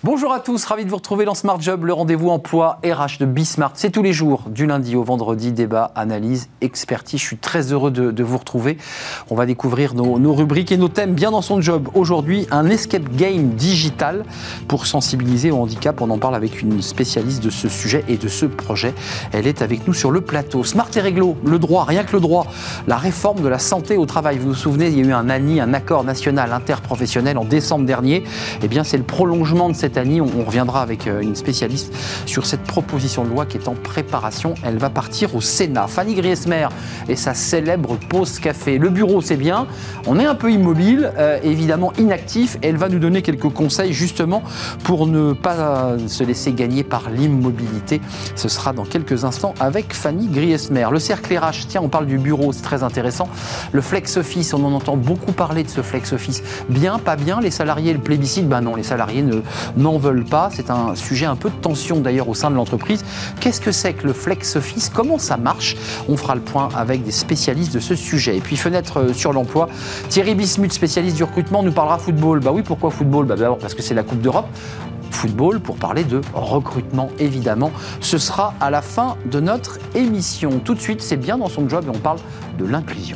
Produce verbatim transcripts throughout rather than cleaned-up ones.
Bonjour à tous, ravi de vous retrouver dans Smart Job, le rendez-vous emploi R H de Bismart. C'est tous les jours, du lundi au vendredi, débat, analyse, expertise. Je suis très heureux de, de vous retrouver. On va découvrir nos, nos rubriques et nos thèmes bien dans son job. Aujourd'hui, un escape game digital pour sensibiliser au handicap. On en parle avec une spécialiste de ce sujet et de ce projet. Elle est avec nous sur le plateau. Smart et réglo, le droit, rien que le droit. La réforme de la santé au travail. Vous vous souvenez, il y a eu un A N I, un accord national interprofessionnel en décembre dernier. Eh bien, c'est le prolongement de cette année. On reviendra avec une spécialiste sur cette proposition de loi qui est en préparation. Elle va partir au Sénat. Fanny Griesmer et sa célèbre pause café. Le bureau, c'est bien. On est un peu immobile, euh, évidemment inactif. Et elle va nous donner quelques conseils justement pour ne pas se laisser gagner par l'immobilité. Ce sera dans quelques instants avec Fanny Griesmer. Le cercle R H, tiens, on parle du bureau, c'est très intéressant. Le flex office, on en entend beaucoup parler de ce flex office. Bien, pas bien, les salariés le plébiscitent. Ben non, les salariés ne, n'en veulent pas. C'est un sujet un peu de tension d'ailleurs au sein de l'entreprise. Qu'est-ce que c'est que le flex office? Comment ça marche? On fera le point avec des spécialistes de ce sujet. Et puis fenêtre sur l'emploi, Thierry Bismuth, spécialiste du recrutement, nous parlera football. Bah oui, pourquoi football? Bah d'abord parce que c'est la Coupe d'Europe. Football pour parler de recrutement évidemment. Ce sera à la fin de notre émission. Tout de suite, c'est bien dans son job et on parle de l'inclusion.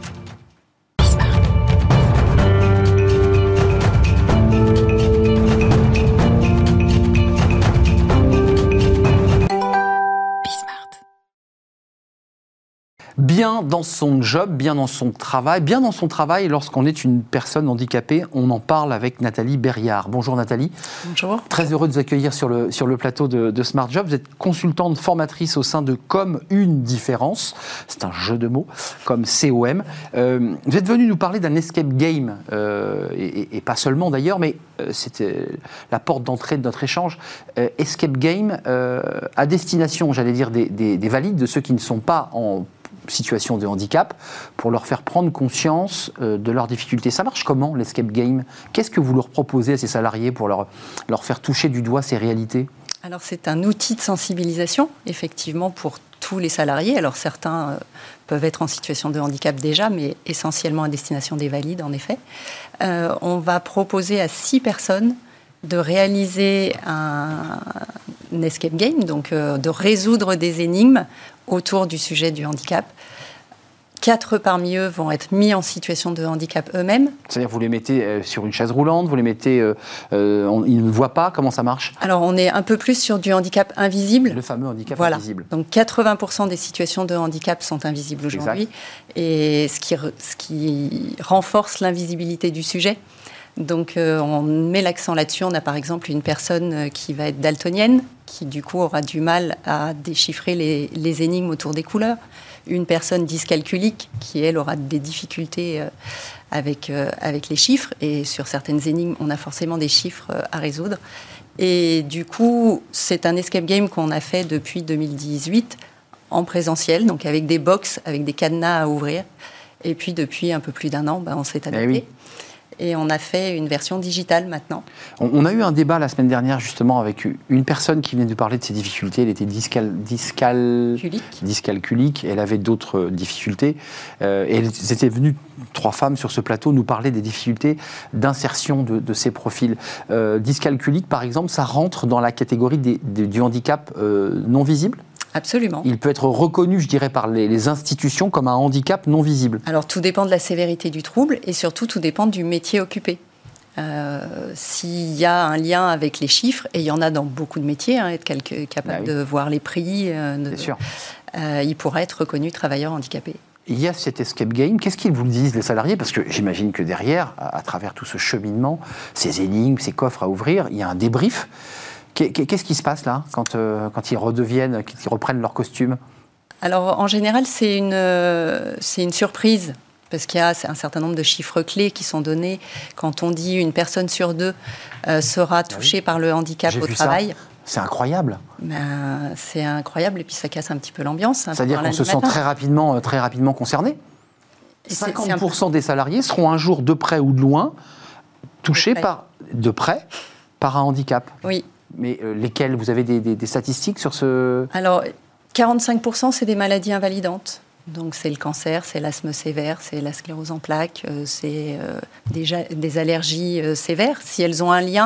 Bien dans son job, bien dans son travail, bien dans son travail lorsqu'on est une personne handicapée. On en parle avec Nathalie Berriard. Bonjour Nathalie. Bonjour. Très heureux de vous accueillir sur le, sur le plateau de, de Smart Job. Vous êtes consultante formatrice au sein de Comme une différence. C'est un jeu de mots, comme C O M. Euh, vous êtes venu nous parler d'un escape game, euh, et, et pas seulement d'ailleurs, mais euh, c'était la porte d'entrée de notre échange. Euh, escape game euh, à destination, j'allais dire, des, des, des valides, de ceux qui ne sont pas en situation de handicap, pour leur faire prendre conscience euh, de leurs difficultés. Ça marche comment, l'escape game? Qu'est-ce que vous leur proposez à ces salariés pour leur, leur faire toucher du doigt ces réalités? Alors, c'est un outil de sensibilisation, effectivement, pour tous les salariés. Alors, certains euh, peuvent être en situation de handicap déjà, mais essentiellement à destination des valides, en effet. Euh, on va proposer à six personnes de réaliser un, un escape game, donc euh, de résoudre des énigmes autour du sujet du handicap. Quatre parmi eux vont être mis en situation de handicap eux-mêmes. C'est-à-dire vous les mettez euh, sur une chaise roulante, vous les mettez, euh, euh, on, ils ne voient pas, comment ça marche? Alors on est un peu plus sur du handicap invisible. Le fameux handicap voilà. invisible. Donc quatre-vingts pour cent des situations de handicap sont invisibles aujourd'hui. Exact. Et ce qui, ce qui renforce l'invisibilité du sujet. Donc euh, on met l'accent là-dessus. On a par exemple une personne qui va être daltonienne, qui du coup aura du mal à déchiffrer les, les énigmes autour des couleurs. Une personne dyscalculique qui, elle, aura des difficultés euh, avec, euh, avec les chiffres. Et sur certaines énigmes, on a forcément des chiffres euh, à résoudre. Et du coup, c'est un escape game qu'on a fait depuis deux mille dix-huit en présentiel, donc avec des box, avec des cadenas à ouvrir. Et puis depuis un peu plus d'un an, ben, on s'est adapté. Eh oui. Et on a fait une version digitale maintenant. On, on a eu un débat la semaine dernière justement avec une personne qui venait de parler de ses difficultés. Elle était discal, discal, dyscalculique. Elle avait d'autres difficultés. Euh, et elles étaient venues, trois femmes sur ce plateau, nous parler des difficultés d'insertion de, de ces profils. Euh, dyscalculique, par exemple, ça rentre dans la catégorie des, des, du handicap euh, non visible? Absolument. Il peut être reconnu, je dirais, par les, les institutions comme un handicap non visible. Alors, tout dépend de la sévérité du trouble et surtout, tout dépend du métier occupé. Euh, s'il y a un lien avec les chiffres, et il y en a dans beaucoup de métiers, hein, être quelque, capable bah oui. de voir les prix, euh, de, sûr. Euh, il pourrait être reconnu travailleur handicapé. Il y a cet escape game. Qu'est-ce qu'ils vous disent, les salariés? Parce que j'imagine que derrière, à, à travers tout ce cheminement, ces énigmes, ces coffres à ouvrir, il y a un débrief. Qu'est-ce qui se passe là, quand, euh, quand ils redeviennent, quand ils reprennent leur costume? Alors, en général, c'est une, euh, c'est une surprise, parce qu'il y a un certain nombre de chiffres clés qui sont donnés. Quand on dit une personne sur deux euh, sera touchée oui. par le handicap au travail. C'est incroyable. Ben, c'est incroyable, et puis ça casse un petit peu l'ambiance. Hein, c'est-à-dire qu'on se sent très rapidement, très rapidement concerné. cinquante pour cent des salariés seront un jour, de près ou de loin, touchés de près, par, de près par un handicap. Oui. Mais euh, lesquels? Vous avez des, des, des statistiques sur ce... Alors, quarante-cinq pour cent, c'est des maladies invalidantes. Donc, c'est le cancer, c'est l'asthme sévère, c'est la sclérose en plaques, euh, c'est euh, déjà des allergies euh, sévères. Si elles ont un lien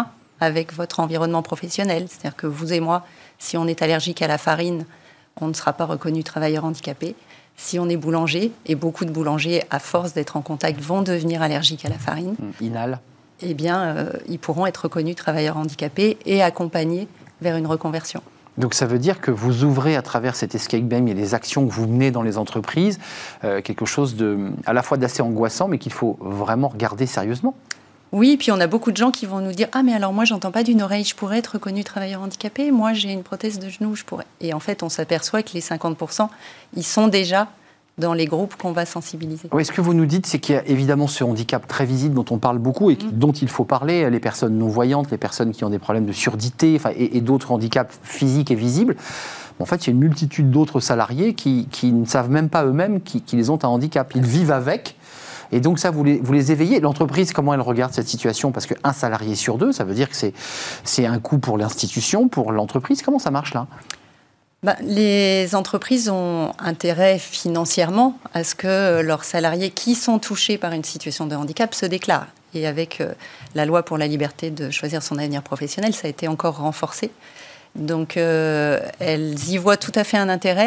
avec votre environnement professionnel. C'est-à-dire que vous et moi, si on est allergique à la farine, on ne sera pas reconnu travailleur handicapé. Si on est boulanger, et beaucoup de boulangers, à force d'être en contact, vont devenir allergiques à la farine, Inal. eh bien, euh, ils pourront être reconnus travailleurs handicapés et accompagnés vers une reconversion. Donc ça veut dire que vous ouvrez à travers cet escape game et les actions que vous menez dans les entreprises, euh, quelque chose de, à la fois d'assez angoissant, mais qu'il faut vraiment regarder sérieusement. Oui, puis on a beaucoup de gens qui vont nous dire « Ah, mais alors moi, j'entends pas d'une oreille, je pourrais être reconnu travailleur handicapé. Moi, j'ai une prothèse de genou, je pourrais. » Et en fait, on s'aperçoit que les cinquante pour cent, ils sont déjà dans les groupes qu'on va sensibiliser. Oui, ce que vous nous dites, c'est qu'il y a évidemment ce handicap très visible dont on parle beaucoup et mmh. dont il faut parler, les personnes non-voyantes, les personnes qui ont des problèmes de surdité enfin, et, et d'autres handicaps physiques et visibles. En fait, il y a une multitude d'autres salariés qui, qui ne savent même pas eux-mêmes qu'ils ont un handicap. Ils vivent avec. Et donc ça, vous les, vous les éveillez. L'entreprise, comment elle regarde cette situation? Parce qu'un salarié sur deux, ça veut dire que c'est, c'est un coût pour l'institution, pour l'entreprise. Comment ça marche là? Ben, les entreprises ont intérêt financièrement à ce que leurs salariés qui sont touchés par une situation de handicap se déclarent. Et avec euh, la loi pour la liberté de choisir son avenir professionnel, ça a été encore renforcé. Donc euh, elles y voient tout à fait un intérêt,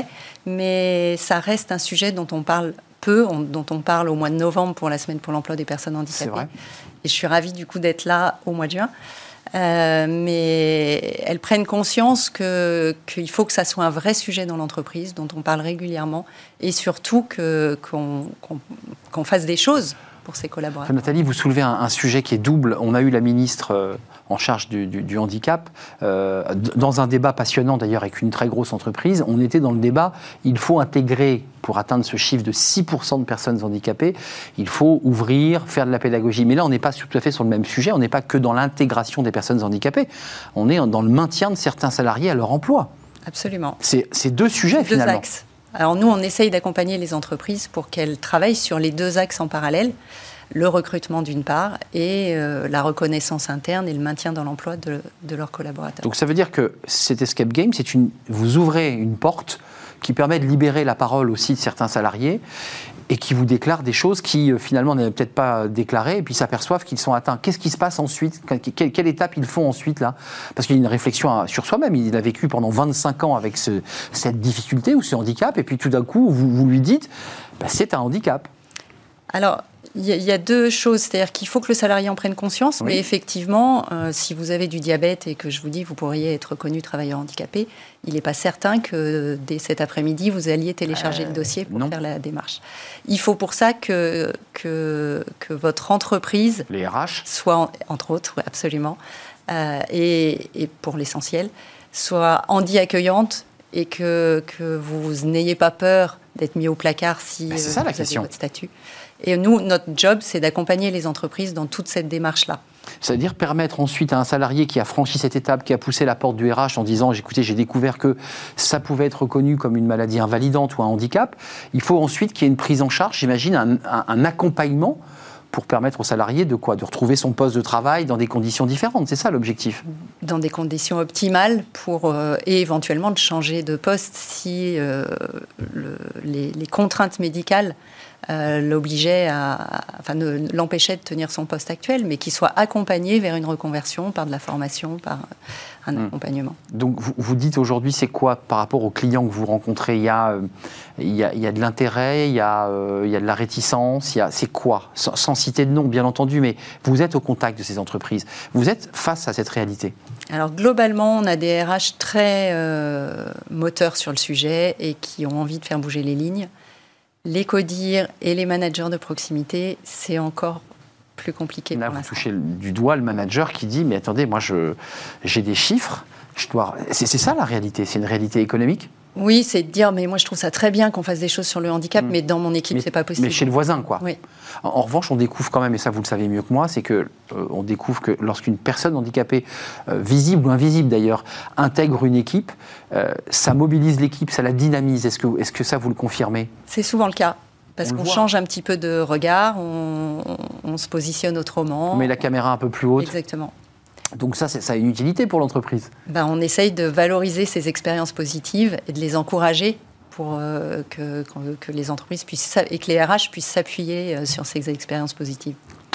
mais ça reste un sujet dont on parle peu, on, dont on parle au mois de novembre pour la semaine pour l'emploi des personnes handicapées. C'est vrai. Et je suis ravie du coup d'être là au mois de juin. Euh, mais elles prennent conscience que, qu'il faut que ça soit un vrai sujet dans l'entreprise, dont on parle régulièrement, et surtout que, qu'on, qu'on, qu'on fasse des choses pour ses collaborateurs. Nathalie, vous soulevez un, un sujet qui est double. On a eu la ministre euh, en charge du, du, du handicap, euh, dans un débat passionnant d'ailleurs avec une très grosse entreprise. On était dans le débat, il faut intégrer, pour atteindre ce chiffre de six pour cent de personnes handicapées, il faut ouvrir, faire de la pédagogie. Mais là, on n'est pas tout à fait sur le même sujet, on n'est pas que dans l'intégration des personnes handicapées, on est dans le maintien de certains salariés à leur emploi. Absolument. C'est, c'est deux sujets c'est finalement. Deux axes. Alors nous, on essaye d'accompagner les entreprises pour qu'elles travaillent sur les deux axes en parallèle, le recrutement d'une part et euh, la reconnaissance interne et le maintien dans l'emploi de, de leurs collaborateurs. Donc ça veut dire que cet escape game, c'est une, vous ouvrez une porte qui permet de libérer la parole aussi de certains salariés et qui vous déclarent des choses qui euh, finalement n'avaient peut-être pas déclarées et puis s'aperçoivent qu'ils sont atteints. Qu'est-ce qui se passe ensuite? Quelle, quelle étape ils font ensuite là? Parce qu'il y a une réflexion sur soi-même. Il a vécu pendant vingt-cinq ans avec ce, cette difficulté ou ce handicap et puis tout d'un coup vous, vous lui dites bah, c'est un handicap. Alors, il y, y a deux choses, c'est-à-dire qu'il faut que le salarié en prenne conscience, oui. mais effectivement, euh, si vous avez du diabète et que je vous dis vous pourriez être reconnu travailleur handicapé, il n'est pas certain que dès cet après-midi, vous alliez télécharger euh, le dossier pour non. faire la démarche. Il faut pour ça que, que, que votre entreprise, les R H, soit, entre autres, oui, absolument, euh, et, et pour l'essentiel, soit handi-accueillante et que, que vous n'ayez pas peur d'être mis au placard si ben, c'est euh, ça, vous la avez question. votre statut. Et nous, notre job, c'est d'accompagner les entreprises dans toute cette démarche-là. C'est-à-dire permettre ensuite à un salarié qui a franchi cette étape, qui a poussé la porte du R H en disant « écoutez, j'ai découvert que ça pouvait être reconnu comme une maladie invalidante ou un handicap », il faut ensuite qu'il y ait une prise en charge, j'imagine, un, un, un accompagnement pour permettre au salarié de quoi? De retrouver son poste de travail dans des conditions différentes, c'est ça l'objectif? Dans des conditions optimales pour, euh, et éventuellement de changer de poste si euh, le, les, les contraintes médicales Euh, l'obligeait à, enfin, ne, l'empêchait de tenir son poste actuel, mais qu'il soit accompagné vers une reconversion par de la formation, par un mmh. accompagnement. Donc vous, vous dites aujourd'hui, c'est quoi par rapport aux clients que vous rencontrez? Il y a, euh, il y a, il y a de l'intérêt, il y a, euh, il y a de la réticence, il y a, c'est quoi? sans, sans citer de nom, bien entendu, mais vous êtes au contact de ces entreprises. Vous êtes face à cette réalité? Alors globalement, on a des R H très euh, moteurs sur le sujet et qui ont envie de faire bouger les lignes. Les codires et les managers de proximité, c'est encore plus compliqué. Là, pour vous l'instant. touchez du doigt le manager qui dit « mais attendez, moi, je, j'ai des chiffres, je dois... » C'est, c'est ça la réalité, c'est une réalité économique? Oui, c'est de dire « mais moi, je trouve ça très bien qu'on fasse des choses sur le handicap, mmh. mais dans mon équipe, mais, c'est pas possible. » Mais chez le voisin, quoi. Oui. En, en revanche, on découvre quand même, et ça vous le savez mieux que moi, c'est que euh, on découvre que lorsqu'une personne handicapée, euh, visible ou invisible d'ailleurs, intègre une équipe, euh, ça mobilise l'équipe, ça la dynamise. Est-ce que, est-ce que ça, vous le confirmez? C'est souvent le cas. Parce on qu'on change un petit peu de regard, on, on, on se positionne autrement. On met la caméra un peu plus haute. Exactement. Donc ça, c'est, ça a une utilité pour l'entreprise. Ben, on essaye de valoriser ces expériences positives et de les encourager pour euh, que, que les entreprises puissent, et que les R H puissent s'appuyer sur ces expériences positives.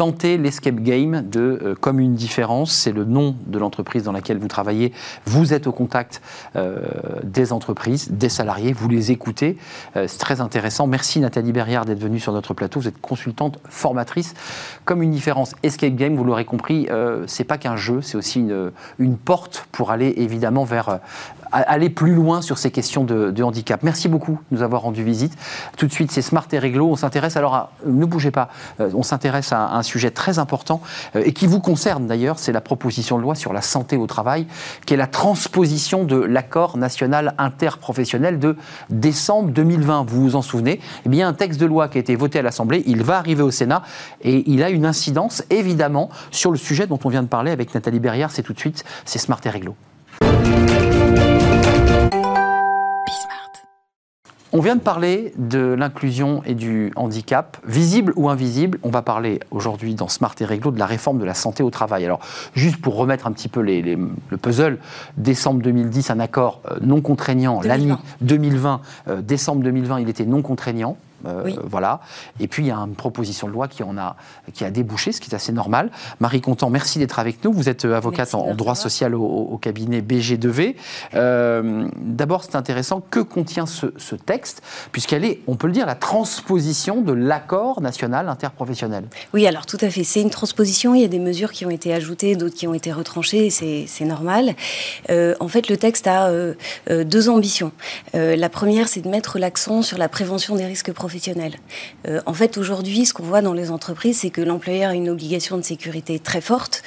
tenter l'escape game de euh, Comme une différence. C'est le nom de l'entreprise dans laquelle vous travaillez. Vous êtes au contact euh, des entreprises, des salariés, vous les écoutez. Euh, c'est très intéressant. Merci Nathalie Berriard d'être venue sur notre plateau. Vous êtes consultante, formatrice. Comme une différence, escape game, vous l'aurez compris, euh, c'est pas qu'un jeu, c'est aussi une, une porte pour aller évidemment vers... Euh, aller plus loin sur ces questions de, de handicap. Merci beaucoup de nous avoir rendu visite. Tout de suite, c'est Smart et Réglo. On s'intéresse alors à... Ne bougez pas. Euh, on s'intéresse à, à un sujet très important euh, et qui vous concerne d'ailleurs. C'est la proposition de loi sur la santé au travail, qui est la transposition de l'accord national interprofessionnel de décembre deux mille vingt. Vous vous en souvenez ? Eh bien, un texte de loi qui a été voté à l'Assemblée, il va arriver au Sénat et il a une incidence, évidemment, sur le sujet dont on vient de parler avec Nathalie Berriard. C'est tout de suite, c'est Smart et Réglo. On vient de parler de l'inclusion et du handicap, visible ou invisible. On va parler aujourd'hui dans Smart et Réglo de la réforme de la santé au travail. Alors, juste pour remettre un petit peu les, les, le puzzle, décembre deux mille dix, un accord non contraignant. L'année deux mille vingt, euh, décembre deux mille vingt, il était non contraignant. Euh, oui. Voilà. Et puis il y a une proposition de loi qui en a qui a débouché, ce qui est assez normal. Marie Contant, merci d'être avec nous. Vous êtes avocate en, en droit social au, au cabinet B G deux V. Euh, D'abord, c'est intéressant. Que contient ce, ce texte, puisqu'elle est, on peut le dire, la transposition de l'accord national interprofessionnel. Oui, alors tout à fait. C'est une transposition. Il y a des mesures qui ont été ajoutées, d'autres qui ont été retranchées. C'est normal. Euh, en fait, le texte a euh, euh, deux ambitions. Euh, la première, c'est de mettre l'accent sur la prévention des risques professionnels. Euh, en fait, aujourd'hui, ce qu'on voit dans les entreprises, c'est que l'employeur a une obligation de sécurité très forte.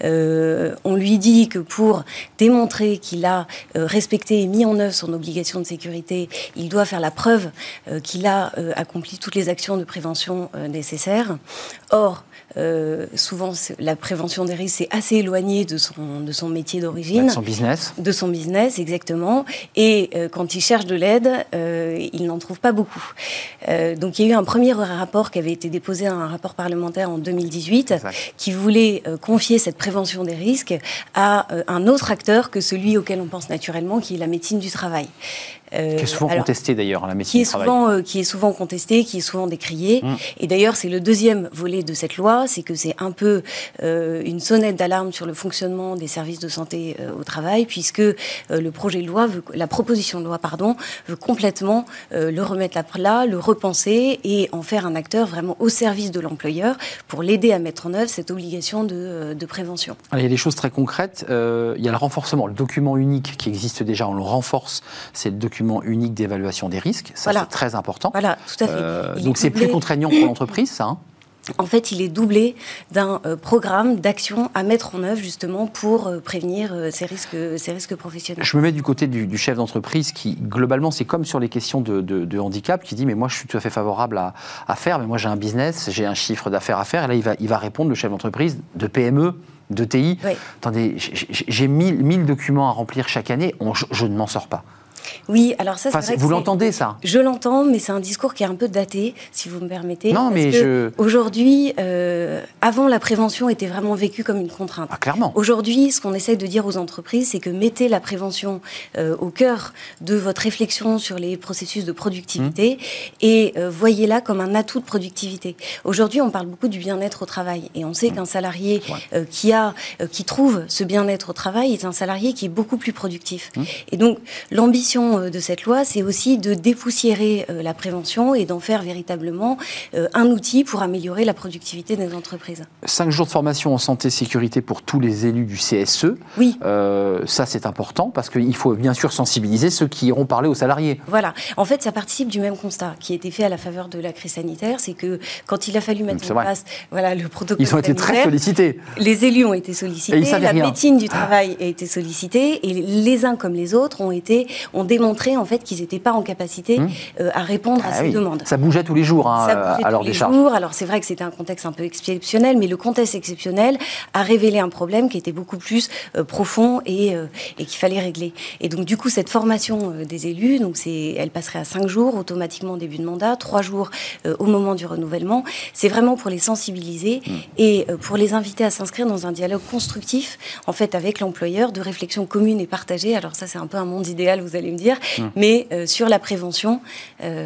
Euh, on lui dit que pour démontrer qu'il a euh, respecté et mis en œuvre son obligation de sécurité, il doit faire la preuve euh, qu'il a euh, accompli toutes les actions de prévention euh, nécessaires. Or, Euh, souvent, la prévention des risques, c'est assez éloigné de son, de son métier d'origine. De son business. De son business, exactement. Et euh, quand il cherche de l'aide, euh, il n'en trouve pas beaucoup. Euh, donc, il y a eu un premier rapport qui avait été déposé, un rapport parlementaire en deux mille dix-huit, exact, qui voulait euh, confier cette prévention des risques à euh, un autre acteur que celui auquel on pense naturellement, qui est la médecine du travail. Euh, qui est souvent alors, contesté d'ailleurs, la médecine qui est du travail. Souvent, euh, qui est souvent contesté, qui est souvent décrié. Mmh. Et d'ailleurs, c'est le deuxième volet de cette loi, c'est que c'est un peu euh, une sonnette d'alarme sur le fonctionnement des services de santé euh, au travail, puisque euh, le projet de loi, veut, la proposition de loi, pardon, veut complètement euh, le remettre à plat, le repenser et en faire un acteur vraiment au service de l'employeur pour l'aider à mettre en œuvre cette obligation de, de prévention. Alors, il y a des choses très concrètes. Euh, il y a le renforcement, le document unique qui existe déjà, on le renforce, c'est le document unique d'évaluation des risques, ça voilà. C'est très important. Voilà, tout à fait. Euh, donc c'est plus contraignant pour l'entreprise, ça hein. En fait, il est doublé d'un euh, programme d'action à mettre en œuvre justement pour euh, prévenir euh, ces, risques, ces risques professionnels. Je me mets du côté du, du chef d'entreprise qui, globalement, c'est comme sur les questions de, de, de handicap, qui dit « mais moi, je suis tout à fait favorable à, à faire, mais moi, j'ai un business, j'ai un chiffre d'affaires à faire ». Et là, il va, il va répondre, le chef d'entreprise, de P M E, de T I. Oui. Attendez, j'ai mille documents à remplir chaque année, on, je, je ne m'en sors pas. Oui, alors ça, c'est enfin, vrai vous que l'entendez, ça? Je l'entends, mais c'est un discours qui est un peu daté, si vous me permettez. Non, parce mais que je... Aujourd'hui, euh, avant, la prévention était vraiment vécue comme une contrainte. Ah, clairement. Aujourd'hui, ce qu'on essaie de dire aux entreprises, c'est que mettez la prévention euh, au cœur de votre réflexion sur les processus de productivité mmh. et euh, voyez-la comme un atout de productivité. Aujourd'hui, on parle beaucoup du bien-être au travail et on sait mmh. qu'un salarié ouais. euh, qui, a, euh, qui trouve ce bien-être au travail est un salarié qui est beaucoup plus productif. Mmh. Et donc, l'ambition euh, de cette loi, c'est aussi de dépoussiérer euh, la prévention et d'en faire véritablement euh, un outil pour améliorer la productivité des entreprises. Cinq jours de formation en santé et sécurité pour tous les élus du C S E. Oui. Euh, ça, c'est important parce qu'il faut bien sûr sensibiliser ceux qui iront parler aux salariés. Voilà. En fait, ça participe du même constat qui a été fait à la faveur de la crise sanitaire. C'est que quand il a fallu mettre en place voilà, le protocole Ils ont été très sollicités. Les élus ont été sollicités, la rien. médecine du travail a été sollicitée et les uns comme les autres ont, été, ont démontré en fait qu'ils n'étaient pas en capacité mmh. euh, à répondre ah à ces oui. demandes. Ça bougeait tous les jours hein, ça bougeait à leur tous les décharge. Jours. Alors c'est vrai que c'était un contexte un peu exceptionnel, mais le contexte exceptionnel a révélé un problème qui était beaucoup plus euh, profond et, euh, et qu'il fallait régler. Et donc du coup cette formation euh, des élus, donc c'est, elle passerait à cinq jours automatiquement au début de mandat, trois jours euh, au moment du renouvellement. C'est vraiment pour les sensibiliser mmh. et euh, pour les inviter à s'inscrire dans un dialogue constructif en fait avec l'employeur, de réflexion commune et partagée. Alors ça c'est un peu un monde idéal, vous allez me dire, mmh. mais euh, sur la prévention. Euh,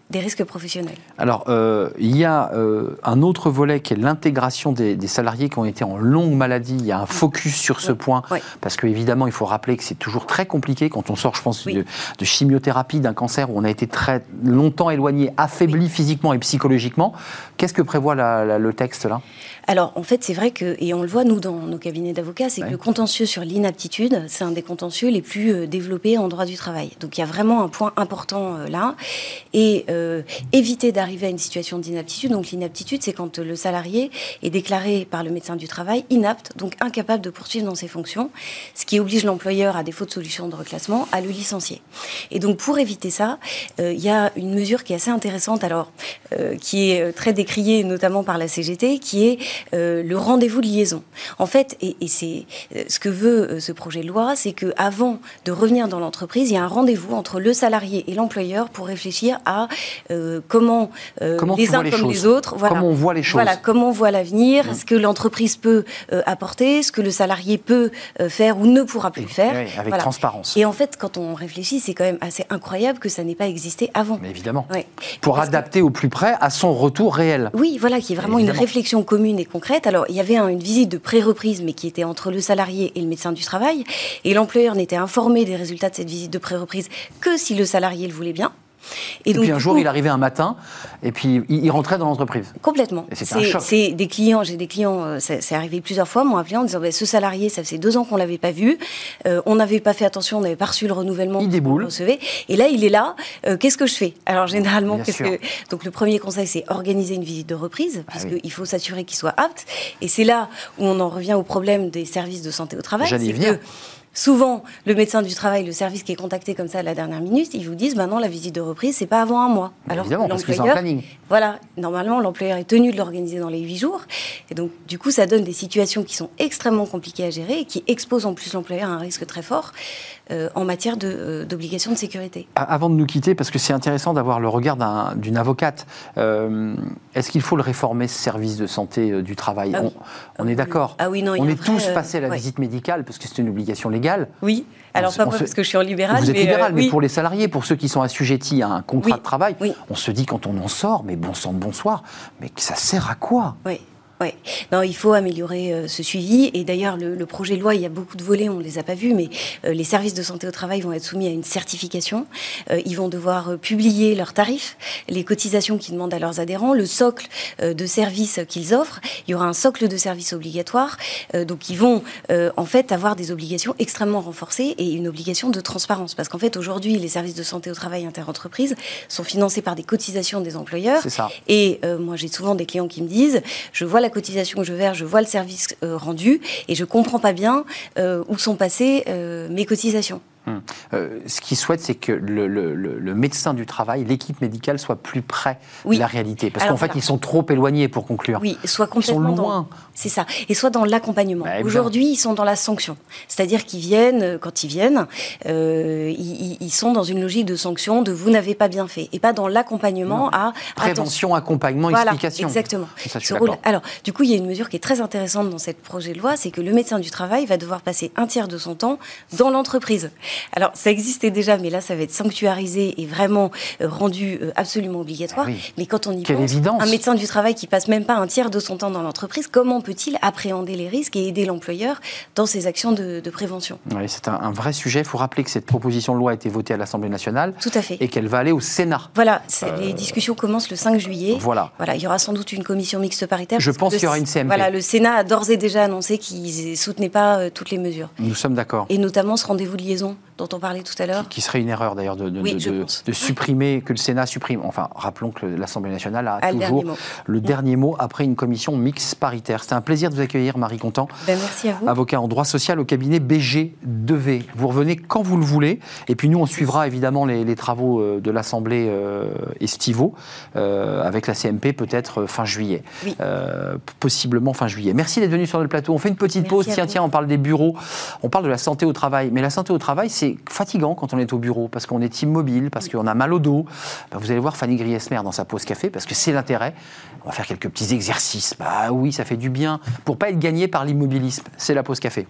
des risques professionnels. Alors, euh, il y a euh, un autre volet qui est l'intégration des, des salariés qui ont été en longue maladie. Il y a un focus sur ce oui. point, oui. parce qu'évidemment, il faut rappeler que c'est toujours très compliqué quand on sort, je pense, oui. de, de chimiothérapie, d'un cancer où on a été très longtemps éloigné, affaibli oui. physiquement et psychologiquement. Qu'est-ce que prévoit la, la, le texte, là ? Alors, en fait, c'est vrai que, et on le voit, nous, dans nos cabinets d'avocats, c'est ouais. que le contentieux sur l'inaptitude, c'est un des contentieux les plus euh, développés en droit du travail. Donc, il y a vraiment un point important euh, là. Et euh, éviter d'arriver à une situation d'inaptitude. Donc, l'inaptitude, c'est quand le salarié est déclaré par le médecin du travail inapte, donc incapable de poursuivre dans ses fonctions, ce qui oblige l'employeur, à défaut de solution de reclassement, à le licencier. Et donc, pour éviter ça, euh, il y a une mesure qui est assez intéressante, alors, euh, qui est très décriée, notamment par la C G T, qui est Euh, le rendez-vous de liaison. En fait, et, et c'est euh, ce que veut euh, ce projet de loi, c'est qu'avant de revenir dans l'entreprise, il y a un rendez-vous entre le salarié et l'employeur pour réfléchir à euh, comment, euh, comment les uns les comme choses. les autres, voilà, comment on voit les choses. Voilà, comment on voit l'avenir, mmh. ce que l'entreprise peut euh, apporter, ce que le salarié peut euh, faire ou ne pourra plus et, faire. Oui, avec voilà. transparence. Et en fait, quand on réfléchit, c'est quand même assez incroyable que ça n'ait pas existé avant. Mais évidemment. Ouais. Pour Parce adapter que... au plus près à son retour réel. Oui, voilà, qui est vraiment évidemment. Une réflexion commune et concrète. Alors, il y avait un, une visite de pré-reprise, mais qui était entre le salarié et le médecin du travail. Et l'employeur n'était informé des résultats de cette visite de pré-reprise que si le salarié le voulait bien. Et, et donc, puis un jour, coup, il arrivait un matin, et puis il, il rentrait dans l'entreprise. Complètement. Et c'était un choc. C'est des clients, j'ai des clients, euh, c'est arrivé plusieurs fois, m'ont appelé en disant bah, ce salarié, ça faisait deux ans qu'on ne l'avait pas vu, euh, on n'avait pas fait attention, on n'avait pas reçu le renouvellement. Il déboule. Recevait, et là, il est là, euh, qu'est-ce que je fais? Alors, généralement, qu'est-ce que. Donc, le premier conseil, c'est organiser une visite de reprise, ah, puisqu'il oui. faut s'assurer qu'il soit apte. Et c'est là où on en revient au problème des services de santé au travail. J'allais y venir. Souvent, le médecin du travail, le service qui est contacté comme ça à la dernière minute, ils vous disent bah non, la visite de reprise, c'est pas avant un mois. Alors évidemment, parce qu'ils ont un planning. Voilà, normalement, l'employeur est tenu de l'organiser dans les huit jours. Et donc, du coup, ça donne des situations qui sont extrêmement compliquées à gérer et qui exposent en plus l'employeur à un risque très fort euh, en matière d'obligation de, euh, de sécurité. Avant de nous quitter, parce que c'est intéressant d'avoir le regard d'une un, avocate, euh, est-ce qu'il faut le réformer, ce service de santé euh, du travail? ah On, oui. on ah est d'accord. Ah oui, non, on est vrai, tous passés à la euh, visite ouais. médicale, parce que c'est une obligation légale. Oui, alors on, pas on parce se... que je suis en libéral. Vous êtes mais libéral, euh, mais oui. pour les salariés, pour ceux qui sont assujettis à un contrat oui. de travail, oui. on se dit quand on en sort, mais bon sang de bonsoir, mais ça sert à quoi? Oui. Oui, non, il faut améliorer euh, ce suivi. Et d'ailleurs, le, le projet de loi, il y a beaucoup de volets, on ne les a pas vus, mais euh, les services de santé au travail vont être soumis à une certification. Euh, ils vont devoir euh, publier leurs tarifs, les cotisations qu'ils demandent à leurs adhérents, le socle euh, de services qu'ils offrent. Il y aura un socle de services obligatoire. Euh, donc, ils vont euh, en fait avoir des obligations extrêmement renforcées et une obligation de transparence. Parce qu'en fait, aujourd'hui, les services de santé au travail interentreprises sont financés par des cotisations des employeurs. C'est ça. Et euh, moi, j'ai souvent des clients qui me disent, je vois la cotisation que je verse, je vois le service euh, rendu et je comprends pas bien euh, où sont passées euh, mes cotisations. Hum. Euh, ce qu'ils souhaitent, c'est que le, le, le médecin du travail, l'équipe médicale, soit plus près oui. de la réalité. Parce qu'en fait, voilà. ils sont trop éloignés, pour conclure. Oui, soit complètement ils sont loin. C'est ça. Et soit dans l'accompagnement. Bah, aujourd'hui, ils sont dans la sanction. C'est-à-dire qu'ils viennent, quand ils viennent, euh, ils, ils sont dans une logique de sanction, de vous n'avez pas bien fait. Et pas dans l'accompagnement à... Prévention, accompagnement, voilà, explication. Exactement. Ça, je suis rôle... Alors, du coup, il y a une mesure qui est très intéressante dans ce projet de loi, c'est que le médecin du travail va devoir passer un tiers de son temps dans l'entreprise. Alors, ça existe déjà, mais là, ça va être sanctuarisé et vraiment euh, rendu euh, absolument obligatoire. Ah oui. Mais quand on y Quelle pense, évidence. un médecin du travail qui passe même pas un tiers de son temps dans l'entreprise, comment peut-il appréhender les risques et aider l'employeur dans ses actions de, de prévention? Oui, c'est un, un vrai sujet. Il faut rappeler que cette proposition de loi a été votée à l'Assemblée nationale. Tout à fait. Et qu'elle va aller au Sénat. Voilà, euh... les discussions commencent le cinq juillet. Voilà. Voilà, il y aura sans doute une commission mixte paritaire. Je pense qu'il y aura une C M P. Voilà, le Sénat a d'ores et déjà annoncé qu'il ne soutenait pas euh, toutes les mesures. Nous sommes d'accord. Et notamment ce rendez-vous de liaison dont on parlait tout à l'heure. Qui, qui serait une erreur d'ailleurs de, de, oui, de, de, de supprimer, que le Sénat supprime. Enfin, rappelons que l'Assemblée nationale a à toujours le dernier mot, le dernier mot après une commission mixte paritaire. C'était un plaisir de vous accueillir, Marie Contant. Ben, merci à vous. Avocat en droit social au cabinet B G deux V. Vous revenez quand vous le voulez. Et puis nous, on suivra évidemment les, les travaux de l'Assemblée euh, estivaux, euh, avec la C M P peut-être fin juillet. Oui. Euh, possiblement fin juillet. Merci d'être venu sur le plateau. On fait une petite merci pause. Tiens, tiens, on parle des bureaux. On parle de la santé au travail. Mais la santé au travail, c'est fatigant quand on est au bureau, parce qu'on est immobile, parce qu'on a mal au dos. Ben, vous allez voir Fanny Griesmer dans sa pause café, parce que c'est l'intérêt. On va faire quelques petits exercices. Bah oui, ça fait du bien. Pour pas être gagné par l'immobilisme. C'est la pause café.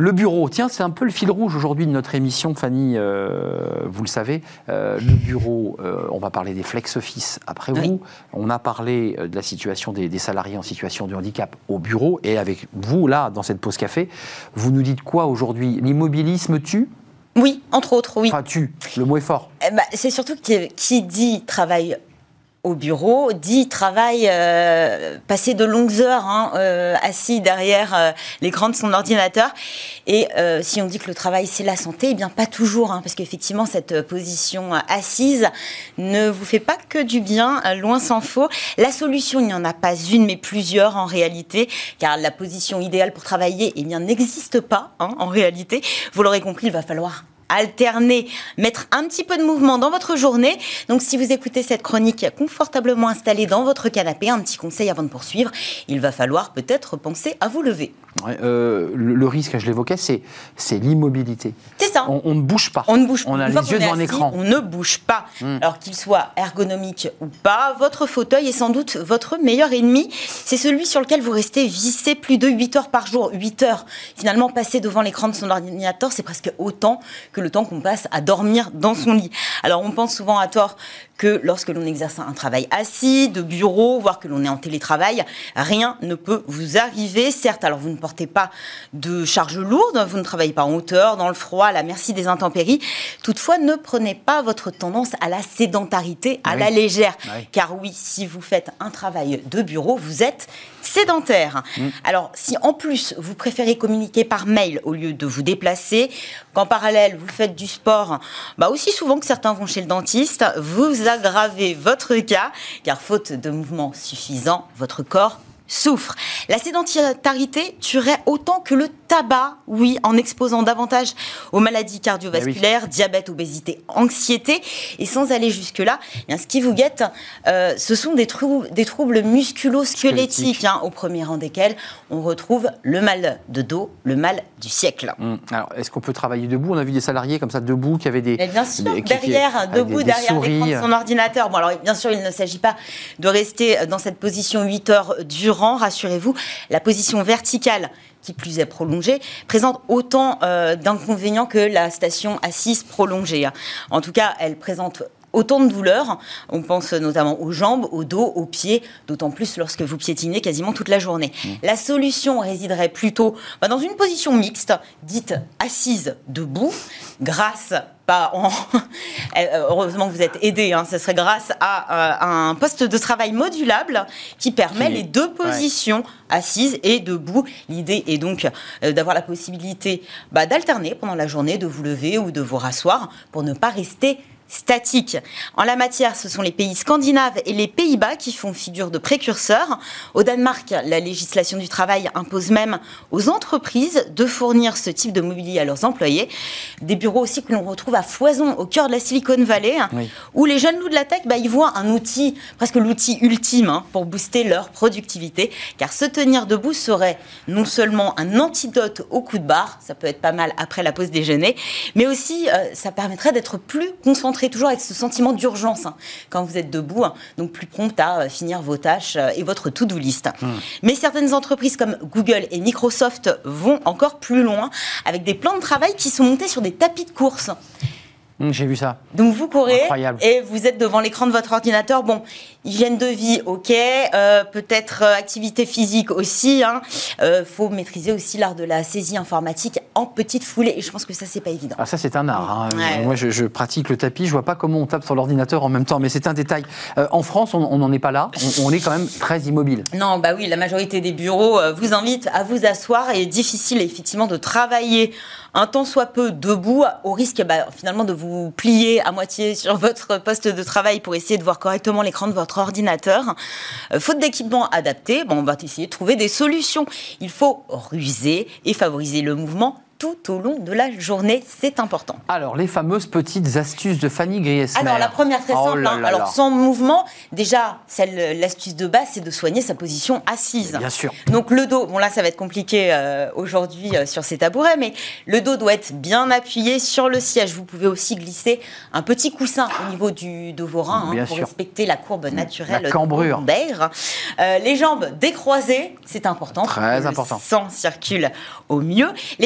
Le bureau, tiens, c'est un peu le fil rouge aujourd'hui de notre émission, Fanny, euh, vous le savez. Euh, le bureau, euh, on va parler des flex-office après oui. vous. On a parlé de la situation des, des salariés en situation de handicap au bureau. Et avec vous, là, dans cette pause café, vous nous dites quoi aujourd'hui? L'immobilisme tue? Oui, entre autres, oui. Enfin, tue, le mot est fort. Eh ben, c'est surtout qui, qui dit travail au bureau, dit travail, euh, passer de longues heures hein, euh, assis derrière euh, l'écran de son ordinateur. Et euh, si on dit que le travail c'est la santé, eh bien pas toujours, hein, parce qu'effectivement cette position assise ne vous fait pas que du bien, loin s'en faut. La solution, il n'y en a pas une, mais plusieurs en réalité, car la position idéale pour travailler, eh bien n'existe pas hein, en réalité. Vous l'aurez compris, il va falloir alterner, mettre un petit peu de mouvement dans votre journée. Donc, si vous écoutez cette chronique confortablement installée dans votre canapé, un petit conseil avant de poursuivre, il va falloir peut-être penser à vous lever. Ouais, euh, le, le risque, je l'évoquais, c'est, c'est l'immobilité. C'est ça. On, on ne bouge pas. On ne bouge pas. On a les yeux devant un écran. On ne bouge pas. Mmh. Alors qu'il soit ergonomique ou pas, votre fauteuil est sans doute votre meilleur ennemi. C'est celui sur lequel vous restez vissé plus de huit heures par jour. huit heures. Finalement, passer devant l'écran de son ordinateur, c'est presque autant que le temps qu'on passe à dormir dans son lit. Alors, on pense souvent à tort que lorsque l'on exerce un travail assis, de bureau, voire que l'on est en télétravail, rien ne peut vous arriver. Certes, alors vous ne portez pas de charge lourde, vous ne travaillez pas en hauteur, dans le froid, à la merci des intempéries. Toutefois, ne prenez pas votre tendance à la sédentarité, à oui. la légère. Oui. Car oui, si vous faites un travail de bureau, vous êtes sédentaire. Mmh. Alors, si en plus, vous préférez communiquer par mail au lieu de vous déplacer, qu'en parallèle, vous faites du sport, bah aussi souvent que certains vont chez le dentiste, vous aggravez votre cas, car faute de mouvement suffisant, votre corps souffre. La sédentarité tuerait autant que le tabac, oui, en exposant davantage aux maladies cardiovasculaires, oui. diabète, obésité, anxiété. Et sans aller jusque-là, bien, ce qui vous guette, euh, ce sont des, trou- des troubles musculo-squelettiques, hein, au premier rang desquels on retrouve le mal de dos, le mal du siècle. Hum. Alors, est-ce qu'on peut travailler debout? On a vu des salariés comme ça debout qui avaient des... Mais bien sûr, des, derrière, qui, debout, des, derrière des l'écran de son ordinateur. Bon, alors, bien sûr, il ne s'agit pas de rester dans cette position huit heures durant. Rassurez-vous, la position verticale, qui plus est prolongée, présente autant euh, d'inconvénients que la station assise prolongée. En tout cas, elle présente autant de douleurs. On pense notamment aux jambes, au dos, aux pieds, d'autant plus lorsque vous piétinez quasiment toute la journée. Mmh. La solution résiderait plutôt bah, dans une position mixte, dite assise debout, grâce pas en... Heureusement que vous êtes aidé, hein, ce serait grâce à euh, un poste de travail modulable qui permet qui... les deux positions, ouais. assise et debout. L'idée est donc euh, d'avoir la possibilité bah, d'alterner pendant la journée, de vous lever ou de vous rasseoir pour ne pas rester statique. En la matière, ce sont les pays scandinaves et les Pays-Bas qui font figure de précurseurs. Au Danemark, la législation du travail impose même aux entreprises de fournir ce type de mobilier à leurs employés. Des bureaux aussi que l'on retrouve à foison au cœur de la Silicon Valley, oui. où les jeunes loups de la tech, bah, ils voient un outil, presque l'outil ultime hein, pour booster leur productivité, car se tenir debout serait non seulement un antidote au coup de barre, ça peut être pas mal après la pause déjeuner, mais aussi euh, ça permettrait d'être plus concentré, toujours avec ce sentiment d'urgence hein, quand vous êtes debout, hein, donc plus prompt à euh, finir vos tâches euh, et votre to-do list. Mmh. Mais certaines entreprises comme Google et Microsoft vont encore plus loin avec des plans de travail qui sont montés sur des tapis de course. Mmh, j'ai vu ça. Donc vous courez Incroyable. Et vous êtes devant l'écran de votre ordinateur. Bon, hygiène de vie, ok. Euh, peut-être euh, activité physique aussi. Il hein. euh, faut maîtriser aussi l'art de la saisie informatique en petite foulée. Et je pense que ça, c'est pas évident. Ah, ça, c'est un art. Hein. Ouais. Moi, je, je pratique le tapis. Je vois pas comment on tape sur l'ordinateur en même temps. Mais c'est un détail. Euh, en France, on n'en est pas là. On, on est quand même très immobile. Non, bah oui, la majorité des bureaux euh, vous invitent à vous asseoir. Et difficile, effectivement, de travailler un temps soit peu debout, au risque bah, finalement de vous plier à moitié sur votre poste de travail pour essayer de voir correctement l'écran de votre ordinateur. Euh, faute d'équipement adapté, bon, on va essayer de trouver des solutions. Il faut ruser et favoriser le mouvement tout au long de la journée, c'est important. Alors, les fameuses petites astuces de Fanny Griesmer. Alors, la première très simple, oh là là hein. Alors, sans mouvement, déjà, celle, l'astuce de base, c'est de soigner sa position assise. Bien sûr. Donc, le dos, bon là, ça va être compliqué euh, aujourd'hui euh, sur ces tabourets, mais le dos doit être bien appuyé sur le siège. Vous pouvez aussi glisser un petit coussin au niveau du, de vos reins hein, pour sûr. respecter la courbe naturelle. La cambrure. Euh, les jambes décroisées, c'est important. Très important. Le sang circule au mieux. Les pieds doivent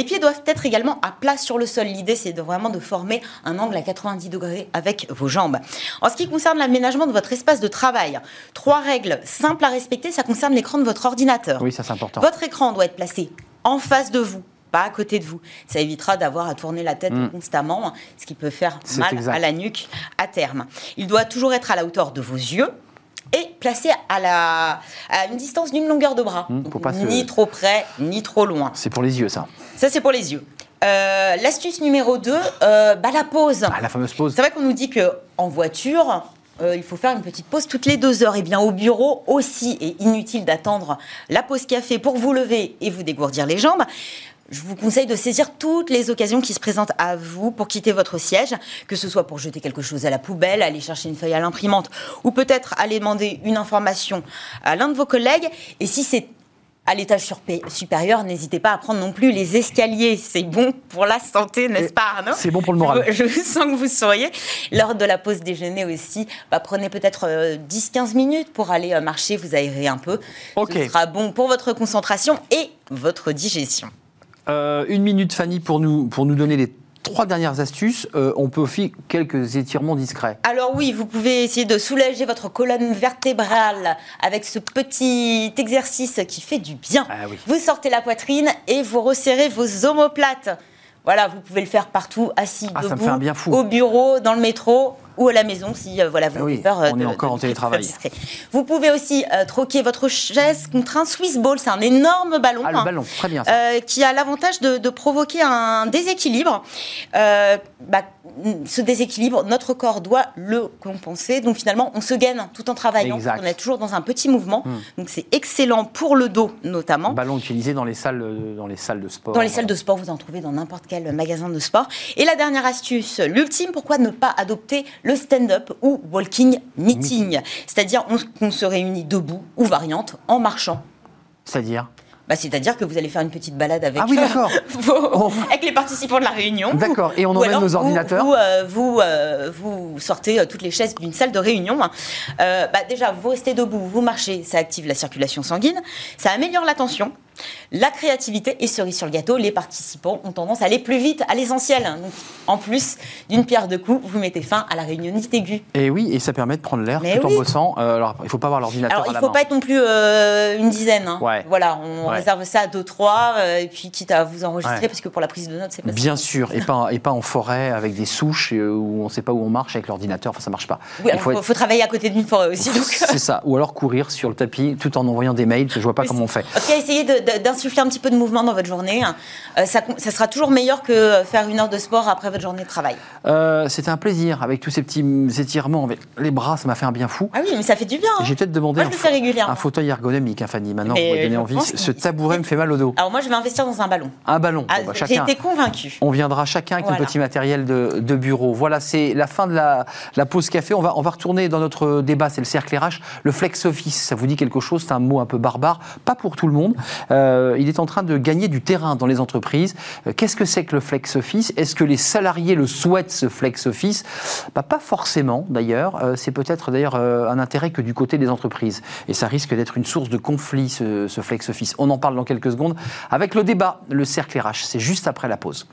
être également à plat sur le sol. L'idée, c'est de vraiment de former un angle à quatre-vingt-dix degrés avec vos jambes. En ce qui concerne l'aménagement de votre espace de travail, trois règles simples à respecter, ça concerne l'écran de votre ordinateur. Oui, ça c'est important. Votre écran doit être placé en face de vous, pas à côté de vous. Ça évitera d'avoir à tourner la tête mmh. constamment, ce qui peut faire c'est mal exact. à la nuque à terme. Il doit toujours être à la hauteur de vos yeux et placé à, la, à une distance d'une longueur de bras. Mmh, Donc, pas ni se... trop près, ni trop loin. C'est pour les yeux, ça. Ça, c'est pour les yeux. Euh, l'astuce numéro deux, euh, bah, la pause. Ah, la fameuse pause. C'est vrai qu'on nous dit qu'en voiture, euh, il faut faire une petite pause toutes les deux heures. Et bien au bureau aussi, et inutile d'attendre la pause café pour vous lever et vous dégourdir les jambes. Je vous conseille de saisir toutes les occasions qui se présentent à vous pour quitter votre siège, que ce soit pour jeter quelque chose à la poubelle, aller chercher une feuille à l'imprimante, ou peut-être aller demander une information à l'un de vos collègues. Et si c'est à l'étage supérieur, n'hésitez pas à prendre non plus les escaliers. C'est bon pour la santé, n'est-ce pas, Arnaud ? C'est bon pour le moral. Je, je sens que vous souriez. Lors de la pause déjeuner aussi, bah, prenez peut-être euh, dix à quinze minutes pour aller euh, marcher, vous aérer un peu. Okay. Ce sera bon pour votre concentration et votre digestion. Euh, une minute, Fanny, pour nous, pour nous donner les trois dernières astuces. Euh, on peut aussi quelques étirements discrets. Alors oui, vous pouvez essayer de soulager votre colonne vertébrale avec ce petit exercice qui fait du bien. Ah, oui. Vous sortez la poitrine et vous resserrez vos omoplates. Voilà, vous pouvez le faire partout, assis, ah, debout, ça me fait un bien fou. Au bureau, dans le métro ou à la maison si euh, voilà, vous ah oui, voulez faire euh, on de, est encore de, en télétravail. discret. Vous pouvez aussi euh, troquer votre chaise contre un Swiss ball. C'est un énorme ballon, ah, le hein, ballon, très bien ça. euh, qui a l'avantage de, de provoquer un déséquilibre. Euh, bah, ce déséquilibre, notre corps doit le compenser. Donc finalement, on se gaine tout en travaillant. Exact. On est toujours dans un petit mouvement. Hum. Donc c'est excellent pour le dos notamment. Ballon utilisé dans les salles, dans les salles de sport. Dans les salles de sport, vous en trouvez dans n'importe quel magasin de sport. Et la dernière astuce, l'ultime, pourquoi ne pas adopter le stand-up ou walking meeting, c'est-à-dire on, on se réunit debout ou variante en marchant. C'est-à-dire bah, c'est-à-dire que vous allez faire une petite balade avec, ah oui, d'accord. vos, oh. avec les participants de la réunion. D'accord, et on emmène nos ordinateurs. Vous, vous, euh, vous, euh, vous sortez euh, toutes les chaises d'une salle de réunion. Euh, bah, déjà, vous restez debout, vous marchez, ça active la circulation sanguine, ça améliore la tension, la créativité et cerise sur le gâteau, les participants ont tendance à aller plus vite à l'essentiel. Donc, en plus d'une pierre deux coups, vous mettez fin à la réunionnite aiguë. Et oui, et ça permet de prendre l'air Mais tout oui. en bossant. Euh, alors, il ne faut pas avoir l'ordinateur alors, à la main. Il ne faut pas être non plus euh, une dizaine. Hein. Ouais. Voilà, on ouais. réserve ça à deux, trois, euh, et puis quitte à vous enregistrer, ouais. parce que pour la prise de notes, c'est pas bien sûr, et pas, et pas en forêt avec des souches euh, où on ne sait pas où on marche avec l'ordinateur. Enfin, ça ne marche pas. Oui, il faut, être... faut travailler à côté d'une forêt aussi. C'est ça. Ou alors courir sur le tapis tout en envoyant des mails. Je ne vois pas oui, comment on fait. En tout cas, essayez de, de, d'insuffler un petit peu de mouvement dans votre journée. Euh, ça, ça sera toujours meilleur que faire une heure de sport après votre journée de travail. Euh, c'était un plaisir avec tous ces petits étirements avec les bras, ça m'a fait un bien fou. Ah oui, mais ça fait du bien. Hein. J'ai peut-être demandé moi, je le fais régulièrement. un fauteuil ergonomique, hein, Fanny. Maintenant, vous m'avez donné envie. Ce tabouret me fait mal au dos. Alors moi, je vais investir dans un ballon. Un ballon. Ah, bon, bah, j'ai chacun, été convaincue. On viendra chacun avec voilà. notre petit matériel de, de bureau. Voilà, c'est la fin de la, la pause café. On va, on va retourner dans notre débat. C'est le cercle R H. Le flex office, ça vous dit quelque chose? C'est un mot un peu barbare. Pas pour tout le monde. Euh, il est en train de gagner du terrain dans les entreprises. Qu'est-ce que c'est que le flex office? Est-ce que les salariés le souhaitent, ce flex office? Bah, pas forcément, d'ailleurs. Euh, c'est peut-être d'ailleurs euh, un intérêt que du côté des entreprises. Et ça risque d'être une source de conflit, ce, ce flex office. On en parle dans quelques secondes avec le débat, le cercle R H. C'est juste après la pause.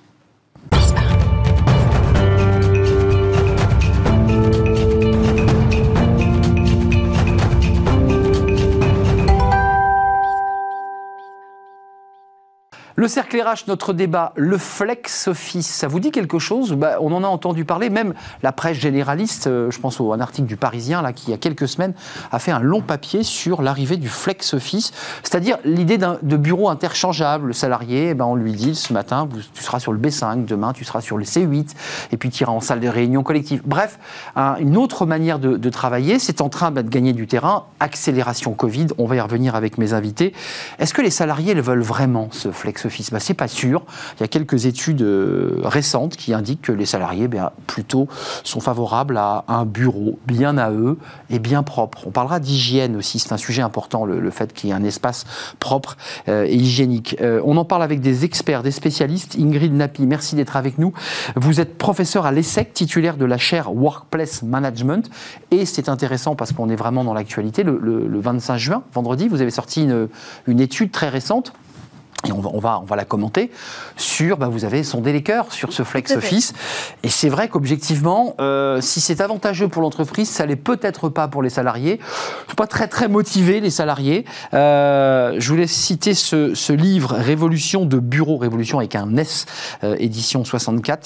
Le cercle R H, notre débat, le flex office, ça vous dit quelque chose? Bah, on en a entendu parler, même la presse généraliste, euh, je pense à un article du Parisien, là, qui il y a quelques semaines a fait un long papier sur l'arrivée du flex office, c'est-à-dire l'idée d'un, de bureau interchangeable. Le salarié, eh ben, on lui dit ce matin, vous, tu seras sur le B cinq, demain tu seras sur le C huit, et puis tu iras en salle de réunion collective. Bref, un, une autre manière de, de travailler, c'est en train bah, de gagner du terrain, accélération Covid, on va y revenir avec mes invités. Est-ce que les salariés le veulent vraiment, ce flex office? Ben, c'est pas sûr. Il y a quelques études euh, récentes qui indiquent que les salariés ben, plutôt sont favorables à un bureau bien à eux et bien propre. On parlera d'hygiène aussi, c'est un sujet important, le, le fait qu'il y ait un espace propre euh, et hygiénique. Euh, on en parle avec des experts, des spécialistes. Ingrid Napi, merci d'être avec nous. Vous êtes professeur à l'E S S E C, titulaire de la chaire Workplace Management, et c'est intéressant parce qu'on est vraiment dans l'actualité. Le, le, le vingt-cinq juin, vendredi, vous avez sorti une, une étude très récente et on va, on va, on va la commenter, sur, bah, vous avez sondé les cœurs sur ce Flex Office. Et c'est vrai qu'objectivement, euh, si c'est avantageux pour l'entreprise, ça l'est peut-être pas pour les salariés. Ils ne sont pas très, très motivés, les salariés. Euh, je voulais citer ce, ce livre, Révolution de bureau, Révolution avec un S, euh, édition soixante-quatre,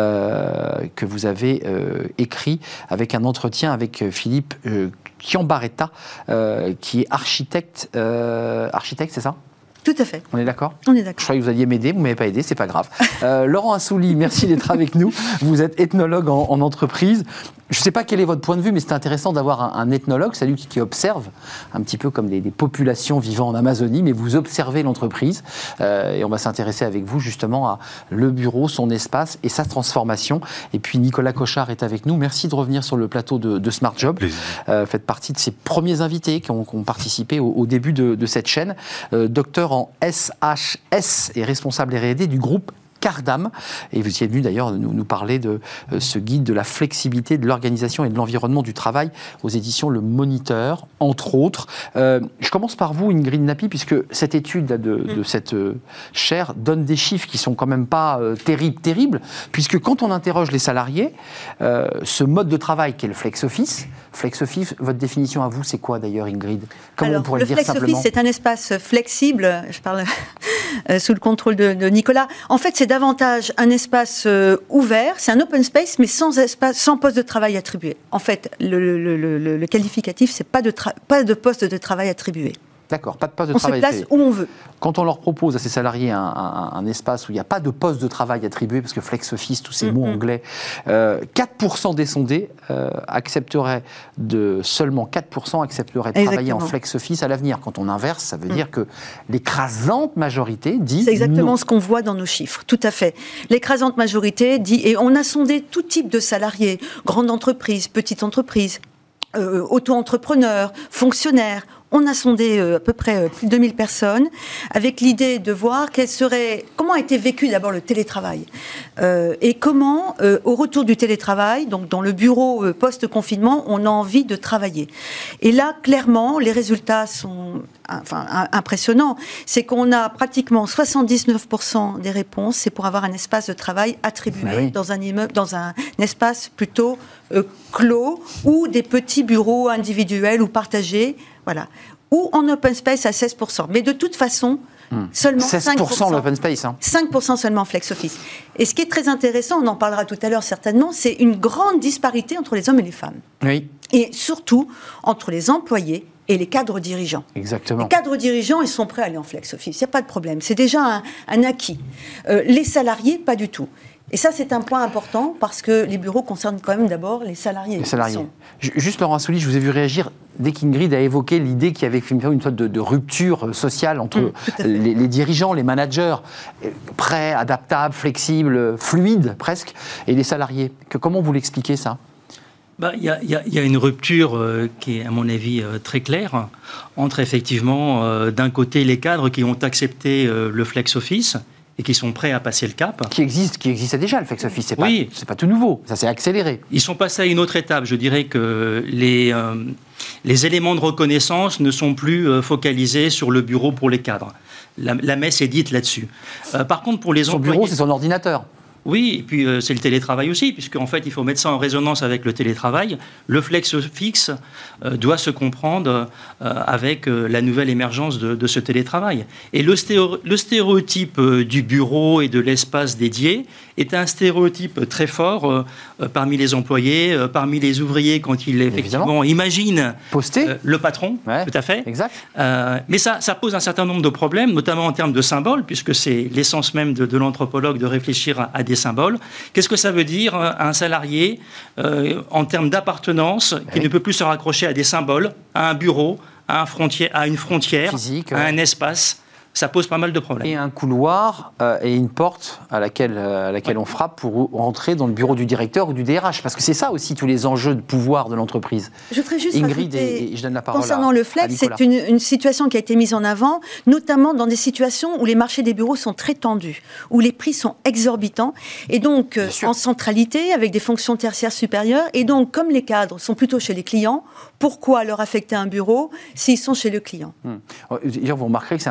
euh, que vous avez euh, écrit avec un entretien avec Philippe euh, Chiambaretta, euh, qui est architecte, euh, architecte, c'est ça ? Tout à fait. On est d'accord ? On est d'accord. Je croyais que vous alliez m'aider, vous ne m'avez pas aidé, c'est pas grave. Euh, Laurent Assouli, merci d'être avec nous. Vous êtes ethnologue en, en entreprise. Je ne sais pas quel est votre point de vue, mais c'est intéressant d'avoir un, un ethnologue, celui qui, qui observe, un petit peu comme des, des populations vivant en Amazonie, mais vous observez l'entreprise. Euh, et on va s'intéresser avec vous justement à le bureau, son espace et sa transformation. Et puis Nicolas Cochard est avec nous. Merci de revenir sur le plateau de, de Smart Job. Euh, faites partie de ces premiers invités qui ont, qui ont participé au, au début de, de cette chaîne. Euh, docteur en S H S et responsable R et D du groupe Cardam. Et vous êtes venu d'ailleurs nous, nous parler de euh, ce guide de la flexibilité de l'organisation et de l'environnement du travail aux éditions Le Moniteur, entre autres. Euh, je commence par vous, Ingrid Nappi, puisque cette étude là, de, de cette euh, chaire donne des chiffres qui sont quand même pas euh, terribles, terribles, puisque quand on interroge les salariés, euh, ce mode de travail qu'est le Flex Office, Flex Office, votre définition à vous, c'est quoi d'ailleurs, Ingrid ? Comment Alors, on pourrait le le dire Flex simplement ? Office, c'est un espace flexible, je parle euh, sous le contrôle de, de Nicolas. En fait, c'est davantage un espace euh, ouvert, c'est un open space, mais sans, espace, sans poste de travail attribué. En fait, le, le, le, le, le qualificatif, c'est pas de, tra- pas de poste de travail attribué. D'accord, pas de poste de on travail. On se place où on veut. Quand on leur propose à ces salariés un, un, un espace où il n'y a pas de poste de travail attribué, parce que Flex Office, tous ces mm-hmm. mots anglais, euh, quatre pour cent des sondés euh, accepteraient de, seulement quatre pour cent accepteraient de exactement. travailler en Flex Office à l'avenir. Quand on inverse, ça veut mm. dire que l'écrasante majorité dit C'est exactement non. ce qu'on voit dans nos chiffres, tout à fait. L'écrasante majorité dit, et on a sondé tout type de salariés, grande entreprise, petite entreprise, euh, auto-entrepreneurs, fonctionnaires. On a sondé euh, à peu près euh, plus de deux mille personnes avec l'idée de voir quel serait, comment a été vécu d'abord le télétravail euh, et comment, euh, au retour du télétravail, donc dans le bureau euh, post-confinement, on a envie de travailler. Et là, clairement, les résultats sont enfin, impressionnants. C'est qu'on a pratiquement soixante-dix-neuf pour cent des réponses, c'est pour avoir un espace de travail attribué oui. dans un immeuble, dans un, un espace plutôt euh, clos ou des petits bureaux individuels ou partagés. Voilà. Ou en open space à seize pour cent. Mais de toute façon, hmm. seulement seize pour cent cinq pour cent l'open space. Hein. cinq pour cent seulement Flex Office. Et ce qui est très intéressant, on en parlera tout à l'heure certainement, c'est une grande disparité entre les hommes et les femmes. Oui. Et surtout entre les employés et les cadres dirigeants. Exactement. Les cadres dirigeants, ils sont prêts à aller en Flex Office. Il n'y a pas de problème. C'est déjà un, un acquis. Euh, les salariés, pas du tout. Et ça, c'est un point important parce que les bureaux concernent quand même d'abord les salariés. Les salariés. Sont... Juste, Laurent Assouli, je vous ai vu réagir dès qu'Ingrid a évoqué l'idée qu'il y avait une sorte de, de rupture sociale entre mmh, les, les dirigeants, les managers, prêts, adaptables, flexibles, fluides presque, et les salariés. Que, comment vous l'expliquez ça ? Bah, y, a, y, a, y a une rupture euh, qui est, à mon avis, euh, très claire entre effectivement, euh, d'un côté, les cadres qui ont accepté euh, le Flex Office et qui sont prêts à passer le cap. Qui existe, qui existait déjà, le Flex Office, c'est pas, oui. c'est pas tout nouveau, ça s'est accéléré. Ils sont passés à une autre étape, je dirais que les, euh, les éléments de reconnaissance ne sont plus euh, focalisés sur le bureau pour les cadres. La, la messe est dite là-dessus. Euh, par contre, pour les son employés... bureau, c'est son ordinateur. Oui, et puis euh, c'est le télétravail aussi, puisqu'en fait, il faut mettre ça en résonance avec le télétravail. Le Flex Office euh, doit se comprendre euh, avec euh, la nouvelle émergence de, de ce télétravail. Et le, stéro- le stéréotype euh, du bureau et de l'espace dédié est un stéréotype très fort euh, euh, parmi les employés, euh, parmi les ouvriers, quand ils effectivement imaginent euh, le patron, ouais, tout à fait. Exact. Euh, mais ça, ça pose un certain nombre de problèmes, notamment en termes de symboles, puisque c'est l'essence même de, de l'anthropologue de réfléchir à, à des symboles. Qu'est-ce que ça veut dire à un salarié euh, en termes d'appartenance qui oui. ne peut plus se raccrocher à des symboles, à un bureau, à, un frontière, à une frontière, physique, à ouais. un espace? Ça pose pas mal de problèmes. Et un couloir euh, et une porte à laquelle, euh, à laquelle ouais. on frappe pour rentrer dans le bureau du directeur ou du D R H. Parce que c'est ça aussi tous les enjeux de pouvoir de l'entreprise. Je voudrais juste Ingrid rajouter, et, et je donne la parole concernant à, le Flex, c'est une, une situation qui a été mise en avant, notamment dans des situations où les marchés des bureaux sont très tendus, où les prix sont exorbitants, et donc euh, en centralité, avec des fonctions tertiaires supérieures. Et donc, comme les cadres sont plutôt chez les clients, pourquoi leur affecter un bureau s'ils sont chez le client ? hum. Vous remarquerez que c'est un peu la même réflexion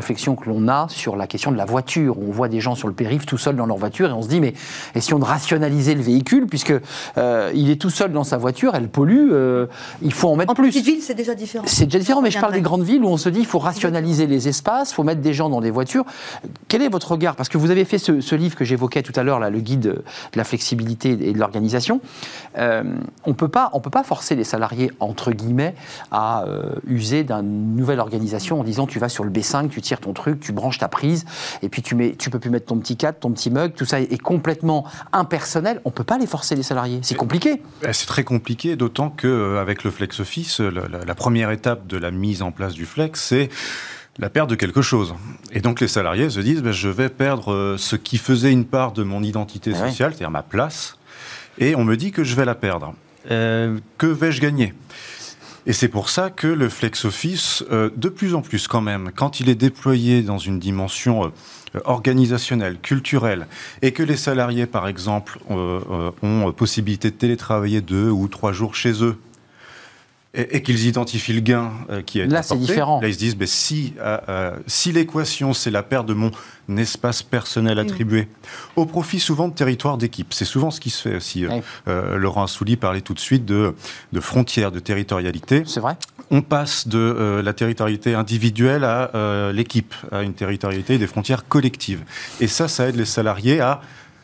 réflexion que l'on a sur la question de la voiture. On voit des gens sur le périph' tout seuls dans leur voiture et on se dit, mais essayons de rationaliser le véhicule, puisque euh, il est tout seul dans sa voiture, elle pollue, euh, il faut en mettre en plus. En petite ville, c'est déjà différent. C'est déjà différent, mais je parle des grandes villes où on se dit, il faut rationaliser les espaces, il faut mettre des gens dans des voitures. Quel est votre regard? Parce que vous avez fait ce, ce livre que j'évoquais tout à l'heure, là, le guide de la flexibilité et de l'organisation. Euh, on peut pas, on peut pas forcer les salariés, entre guillemets, à euh, user d'une nouvelle organisation en disant, tu vas sur le B cinq, tu tires ton truc, tu branches ta prise, et puis tu mets, tu peux plus mettre ton petit cadre, ton petit mug, tout ça est complètement impersonnel. On peut pas les forcer, les salariés. C'est compliqué. C'est très compliqué, d'autant qu'avec le flex office, la, la, la première étape de la mise en place du flex, c'est la perte de quelque chose. Et donc les salariés se disent, ben, je vais perdre ce qui faisait une part de mon identité ah sociale, oui. c'est-à-dire ma place, et on me dit que je vais la perdre. Euh, que vais-je gagner ? Et c'est pour ça que le flex office, euh, de plus en plus quand même, quand il est déployé dans une dimension euh, organisationnelle, culturelle, et que les salariés, par exemple, euh, euh, ont possibilité de télétravailler deux ou trois jours chez eux, et, et qu'ils identifient le gain euh, qui est là, apporté, c'est différent. Là, ils se disent, ben, si, euh, euh, si l'équation, c'est la perte de mon espace personnel attribué, mmh. au profit souvent de territoires d'équipe. C'est souvent ce qui se fait aussi. Oui. Euh, Laurent Assouline parlait tout de suite de, de frontières, de territorialité. C'est vrai. On passe de euh, la territorialité individuelle à euh, l'équipe, à une territorialité des frontières collectives. Et ça, ça aide les salariés à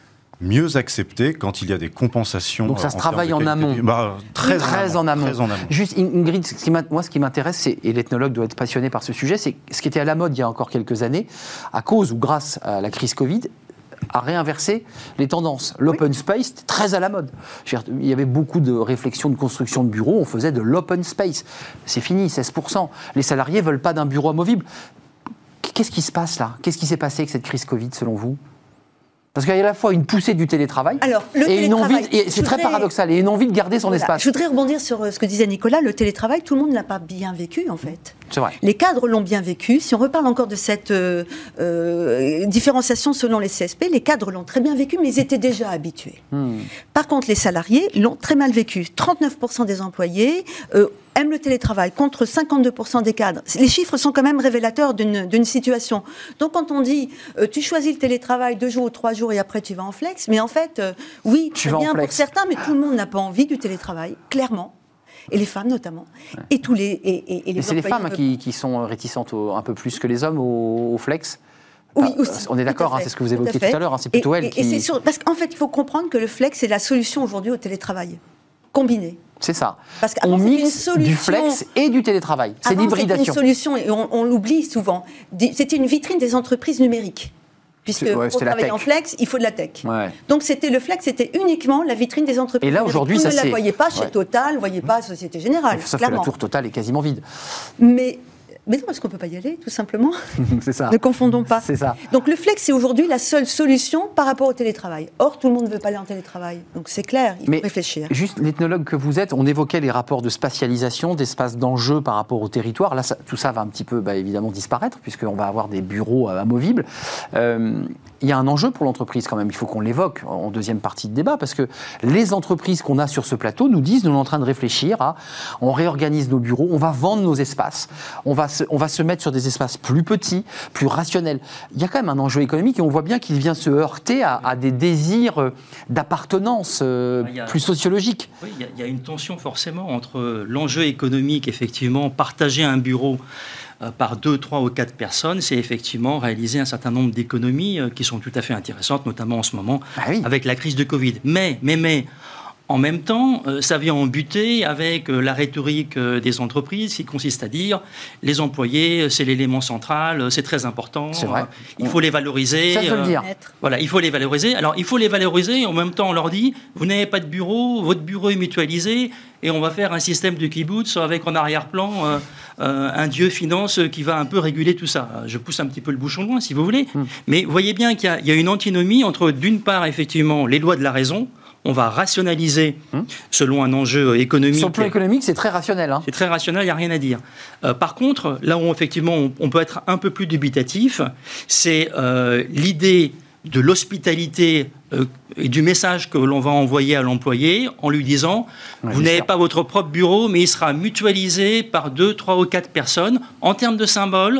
mieux accepter quand il y a des compensations. Donc ça se en travaille en amont. Bah, très, très, en en amont. très en amont. Juste, Ingrid, ce qui moi, ce qui m'intéresse, c'est, et l'ethnologue doit être passionné par ce sujet, c'est ce qui était à la mode il y a encore quelques années, à cause ou grâce à la crise Covid, a réinversé les tendances. L'open oui. space, très à la mode. Il y avait beaucoup de réflexions de construction de bureaux, on faisait de l'open space. C'est fini, seize pour cent. Les salariés ne veulent pas d'un bureau amovible. Qu'est-ce qui se passe là? Qu'est-ce qui s'est passé avec cette crise Covid, selon vous? Parce qu'il y a à la fois une poussée du télétravail, Alors, le et, télétravail, une envie, et c'est voudrais... très paradoxal, et une envie de garder son voilà. espace. Je voudrais rebondir sur ce que disait Nicolas, le télétravail, tout le monde ne l'a pas bien vécu en fait. C'est vrai. Les cadres l'ont bien vécu. Si on reparle encore de cette euh, euh, différenciation selon les C S P, les cadres l'ont très bien vécu, mais ils étaient déjà habitués. Hmm. Par contre, les salariés l'ont très mal vécu. trente-neuf pour cent des employés euh, aiment le télétravail, contre cinquante-deux pour cent des cadres. Les chiffres sont quand même révélateurs d'une, d'une situation. Donc quand on dit, euh, tu choisis le télétravail deux jours ou trois jours et après tu vas en flex, mais en fait, euh, oui, tu très bien pour certains, mais tout le monde n'a pas envie du télétravail, clairement. Et les femmes notamment. Ouais. Et tous les. Et, et, et les mais c'est les femmes qui, qui sont réticentes au, un peu plus que les hommes au, au flex. Oui, ah, aussi. On est d'accord, hein, c'est ce que vous évoquiez tout, tout à l'heure, hein, c'est plutôt et, elle et, qui. Et c'est sûr, parce qu'en fait, il faut comprendre que le flex est la solution aujourd'hui au télétravail combiné. C'est ça. Parce on mixe solution... du flex et du télétravail. C'est avant, l'hybridation. C'était une solution, et on, on l'oublie souvent. C'était une vitrine des entreprises numériques. Puisque ouais, pour travailler en flex, il faut de la tech. Ouais. Donc c'était le flex, c'était uniquement la vitrine des entreprises. Et là aujourd'hui, ça c'est. Vous ne la c'est... voyez pas chez ouais. Total, vous ne voyez pas Société Générale. Sauf clairement. que la tour Total est quasiment vide. Mais Mais non, parce qu'on ne peut pas y aller, tout simplement. C'est ça. Ne confondons pas. C'est ça. Donc le flex, c'est aujourd'hui la seule solution par rapport au télétravail. Or, tout le monde ne veut pas aller en télétravail. Donc c'est clair, il Mais faut réfléchir. Juste l'ethnologue que vous êtes, on évoquait les rapports de spatialisation, d'espace d'enjeu par rapport au territoire. Là, ça, tout ça va un petit peu, bah, évidemment, disparaître, puisqu'on va avoir des bureaux amovibles. Euh, il y a un enjeu pour l'entreprise quand même, il faut qu'on l'évoque en deuxième partie de débat, parce que les entreprises qu'on a sur ce plateau nous disent, nous sommes en train de réfléchir à, on réorganise nos bureaux, on va vendre nos espaces, on va se, on va se mettre sur des espaces plus petits, plus rationnels. Il y a quand même un enjeu économique et on voit bien qu'il vient se heurter à, à des désirs d'appartenance euh, a, plus sociologiques. Oui, il y, a, il y a une tension forcément entre l'enjeu économique, effectivement, partager un bureau par deux, trois ou quatre personnes, c'est effectivement réaliser un certain nombre d'économies qui sont tout à fait intéressantes, notamment en ce moment, ah oui. avec la crise de Covid. Mais, mais, mais, en même temps, ça vient en buter avec la rhétorique des entreprises qui consiste à dire les employés, c'est l'élément central, c'est très important, c'est vrai. il faut les valoriser. Ça, je veux le dire. Voilà, il faut les valoriser. Alors, il faut les valoriser et en même temps, on leur dit vous n'avez pas de bureau, votre bureau est mutualisé et on va faire un système de kibbutz avec en arrière-plan euh, euh, un dieu finance qui va un peu réguler tout ça. Je pousse un petit peu le bouchon loin, si vous voulez. Hum. Mais vous voyez bien qu'il y a, il y a une antinomie entre, d'une part, effectivement, les lois de la raison. On va rationaliser hum. selon un enjeu économique. Sur le plan économique, c'est très rationnel. Hein. C'est très rationnel, il n'y a rien à dire. Euh, par contre, là où effectivement on, on peut être un peu plus dubitatif, c'est euh, l'idée de l'hospitalité euh, et du message que l'on va envoyer à l'employé en lui disant ouais, vous n'avez pas votre propre bureau, mais il sera mutualisé par deux, trois ou quatre personnes en termes de symboles,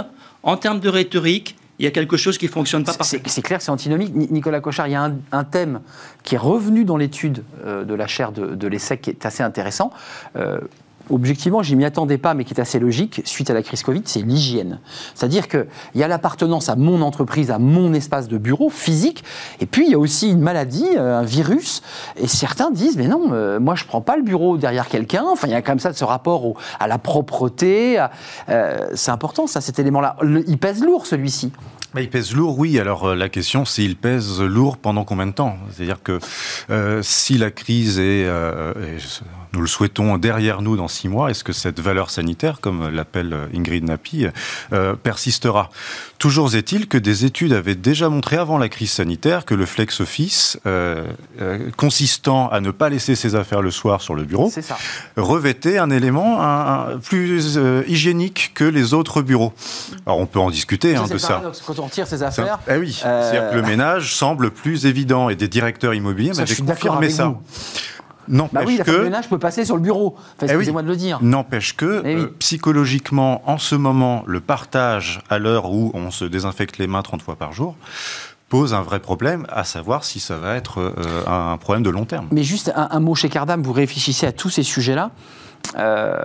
En termes de rhétorique, il y a quelque chose qui ne fonctionne pas parfaitement. C'est, c'est clair que c'est antinomique. Nicolas Cochard, il y a un, un thème qui est revenu dans l'étude euh, de la chaire de, de l'ESSEC qui est assez intéressant. Euh, Objectivement, je n'y m'y attendais pas, mais qui est assez logique, suite à la crise Covid, c'est l'hygiène. C'est-à-dire qu'il y a l'appartenance à mon entreprise, à mon espace de bureau physique, et puis il y a aussi une maladie, un virus, et certains disent, mais non, euh, moi je ne prends pas le bureau derrière quelqu'un, enfin il y a comme ça ce rapport au, à la propreté, à, euh, c'est important ça, cet élément-là. Le, il pèse lourd celui-ci. Bah, il pèse lourd, oui. Alors euh, la question, c'est il pèse lourd pendant combien de temps ? C'est-à-dire que euh, si la crise est, euh, et nous le souhaitons, derrière nous dans six mois, est-ce que cette valeur sanitaire, comme l'appelle Ingrid Napi, euh, persistera ? Toujours est-il que des études avaient déjà montré avant la crise sanitaire que le flex office, euh, euh, consistant à ne pas laisser ses affaires le soir sur le bureau, c'est ça, revêtait un élément un, un, plus euh, hygiénique que les autres bureaux. Alors on peut en discuter ça, hein, c'est de le paradoxe. ça. Quand on retire ses affaires... Ça, eh oui, euh... c'est-à-dire que le ménage semble plus évident et des directeurs immobiliers ça, m'avaient confirmé ça. Vous. N'empêche bah oui, la que femme de ménage peut passer sur le bureau. Enfin, excusez-moi eh oui, de le dire. N'empêche que, eh oui. euh, psychologiquement, en ce moment, le partage, à l'heure où on se désinfecte les mains trente fois par jour, pose un vrai problème, à savoir si ça va être euh, un problème de long terme. Mais juste un, un mot chez Cardam, vous réfléchissez à tous ces sujets-là. Euh,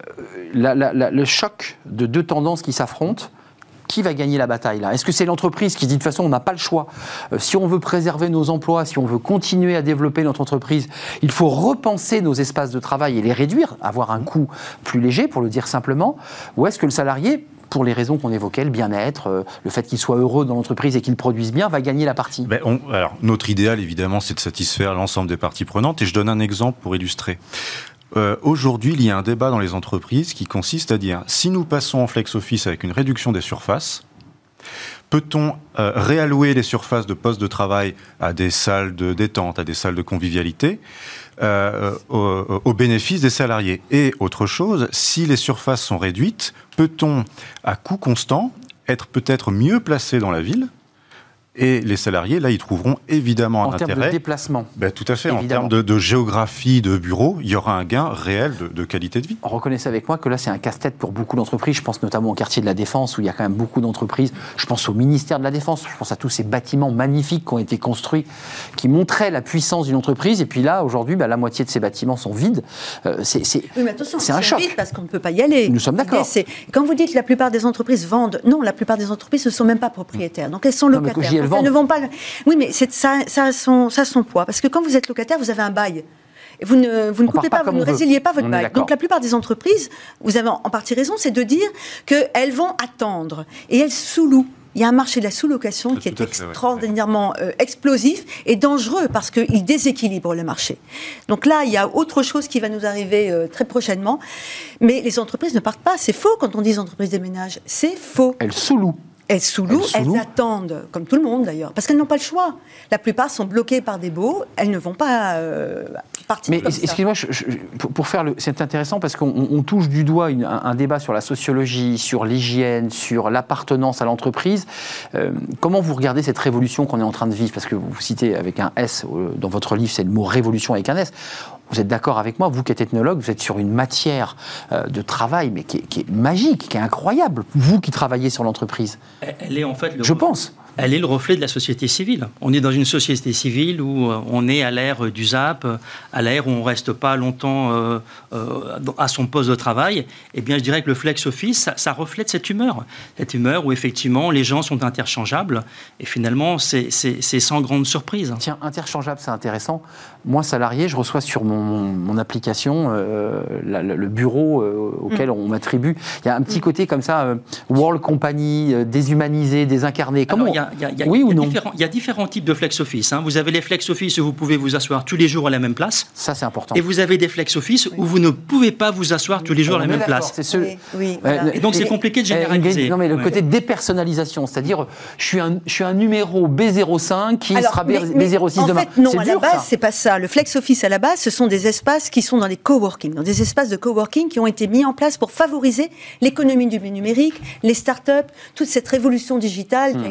la, la, la, le choc de deux tendances qui s'affrontent, qui va gagner la bataille là ? Est-ce que c'est l'entreprise qui dit de toute façon on n'a pas le choix, euh, si on veut préserver nos emplois, si on veut continuer à développer notre entreprise, il faut repenser nos espaces de travail et les réduire, avoir un coût plus léger pour le dire simplement, ou est-ce que le salarié, pour les raisons qu'on évoquait, le bien-être, euh, le fait qu'il soit heureux dans l'entreprise et qu'il produise bien, va gagner la partie ? ben on, alors, notre idéal évidemment c'est de satisfaire l'ensemble des parties prenantes et je donne un exemple pour illustrer. Euh, aujourd'hui, il y a un débat dans les entreprises qui consiste à dire si nous passons en flex office avec une réduction des surfaces, peut-on euh, réallouer les surfaces de postes de travail à des salles de détente, à des salles de convivialité, euh, au, au bénéfice des salariés ? Et autre chose, si les surfaces sont réduites, peut-on, à coût constant, être peut-être mieux placé dans la ville ? Et les salariés, là, ils trouveront évidemment un intérêt. En termes de déplacement. Ben, tout à fait. Évidemment. En termes de, de géographie, de bureau, il y aura un gain réel de, de qualité de vie. Reconnaissez avec moi que là, c'est un casse-tête pour beaucoup d'entreprises. Je pense notamment au quartier de la Défense, où il y a quand même beaucoup d'entreprises. Je pense au ministère de la Défense. Je pense à tous ces bâtiments magnifiques qui ont été construits, qui montraient la puissance d'une entreprise. Et puis là, aujourd'hui, ben, la moitié de ces bâtiments sont vides. Euh, c'est, c'est, oui, mais attention, c'est un choc. Vide parce qu'on ne peut pas y aller. Nous sommes d'accord. C'est, quand vous dites que la plupart des entreprises vendent, non, la plupart des entreprises ne sont même pas propriétaires. Donc elles sont non, locataires. Mais elles, elles ne vont pas. Oui, mais c'est, ça, ça, a son, ça a son poids. Parce que quand vous êtes locataire, vous avez un bail. Vous ne, vous ne coupez pas, pas vous ne résiliez pas votre bail. Donc la plupart des entreprises, vous avez en partie raison, c'est de dire qu'elles vont attendre. Et elles sous-louent. Il y a un marché de la sous-location qui est extraordinairement euh, explosif et dangereux parce qu'il déséquilibre le marché. Donc là, il y a autre chose qui va nous arriver euh, très prochainement. Mais les entreprises ne partent pas. C'est faux quand on dit les entreprises des ménages. C'est faux. Elles sous-louent. Elles sous-louent, elles, elles attendent, comme tout le monde d'ailleurs, parce qu'elles n'ont pas le choix. La plupart sont bloquées par des baux, elles ne vont pas euh, partir Mais comme ça. excusez-moi, je, je, pour faire le, c'est intéressant parce qu'on on touche du doigt une, un, un débat sur la sociologie, sur l'hygiène, sur l'appartenance à l'entreprise. Euh, comment vous regardez cette révolution qu'on est en train de vivre ? Parce que vous citez avec un S, dans votre livre, c'est le mot révolution avec un S. Vous êtes d'accord avec moi, vous qui êtes ethnologue, vous êtes sur une matière euh, de travail, mais qui est, qui est magique, qui est incroyable, vous qui travaillez sur l'entreprise. Elle est en fait le Je pense. Elle est le reflet de la société civile. On est dans une société civile où on est à l'ère du zap, à l'ère où on ne reste pas longtemps euh, euh, à son poste de travail. Eh bien, je dirais que le flex office, ça, ça reflète cette humeur. Cette humeur où, effectivement, les gens sont interchangeables. Et finalement, c'est, c'est, c'est sans grande surprise. Tiens, interchangeable, c'est intéressant. Moi, salarié, je reçois sur mon, mon, mon application euh, la, le, le bureau euh, auquel mmh. on m'attribue. Il y a un petit mmh. côté comme ça, euh, World Company, euh, déshumanisé, désincarné. Comment Alors, Il y a, il y a, oui il y a ou non différents, il y a différents types de flex office. Hein. Vous avez les flex office où vous pouvez vous asseoir tous les jours à la même place. Ça, c'est important. Et vous avez des flex office où vous ne pouvez pas vous asseoir tous les jours on à la même d'accord, place. C'est ce... oui, oui, voilà. Et donc, c'est compliqué de généraliser. Non, mais le ouais. côté dépersonnalisation, c'est-à-dire, je suis un, je suis un numéro B zéro cinq qui Alors, sera mais, B zéro six en demain. Fait, non, c'est à dur, la base, ça. c'est pas ça. Le flex office, à la base, ce sont des espaces qui sont dans les coworking, dans des espaces de coworking qui ont été mis en place pour favoriser l'économie du numérique, les startups, toute cette révolution digitale qui a été encouragée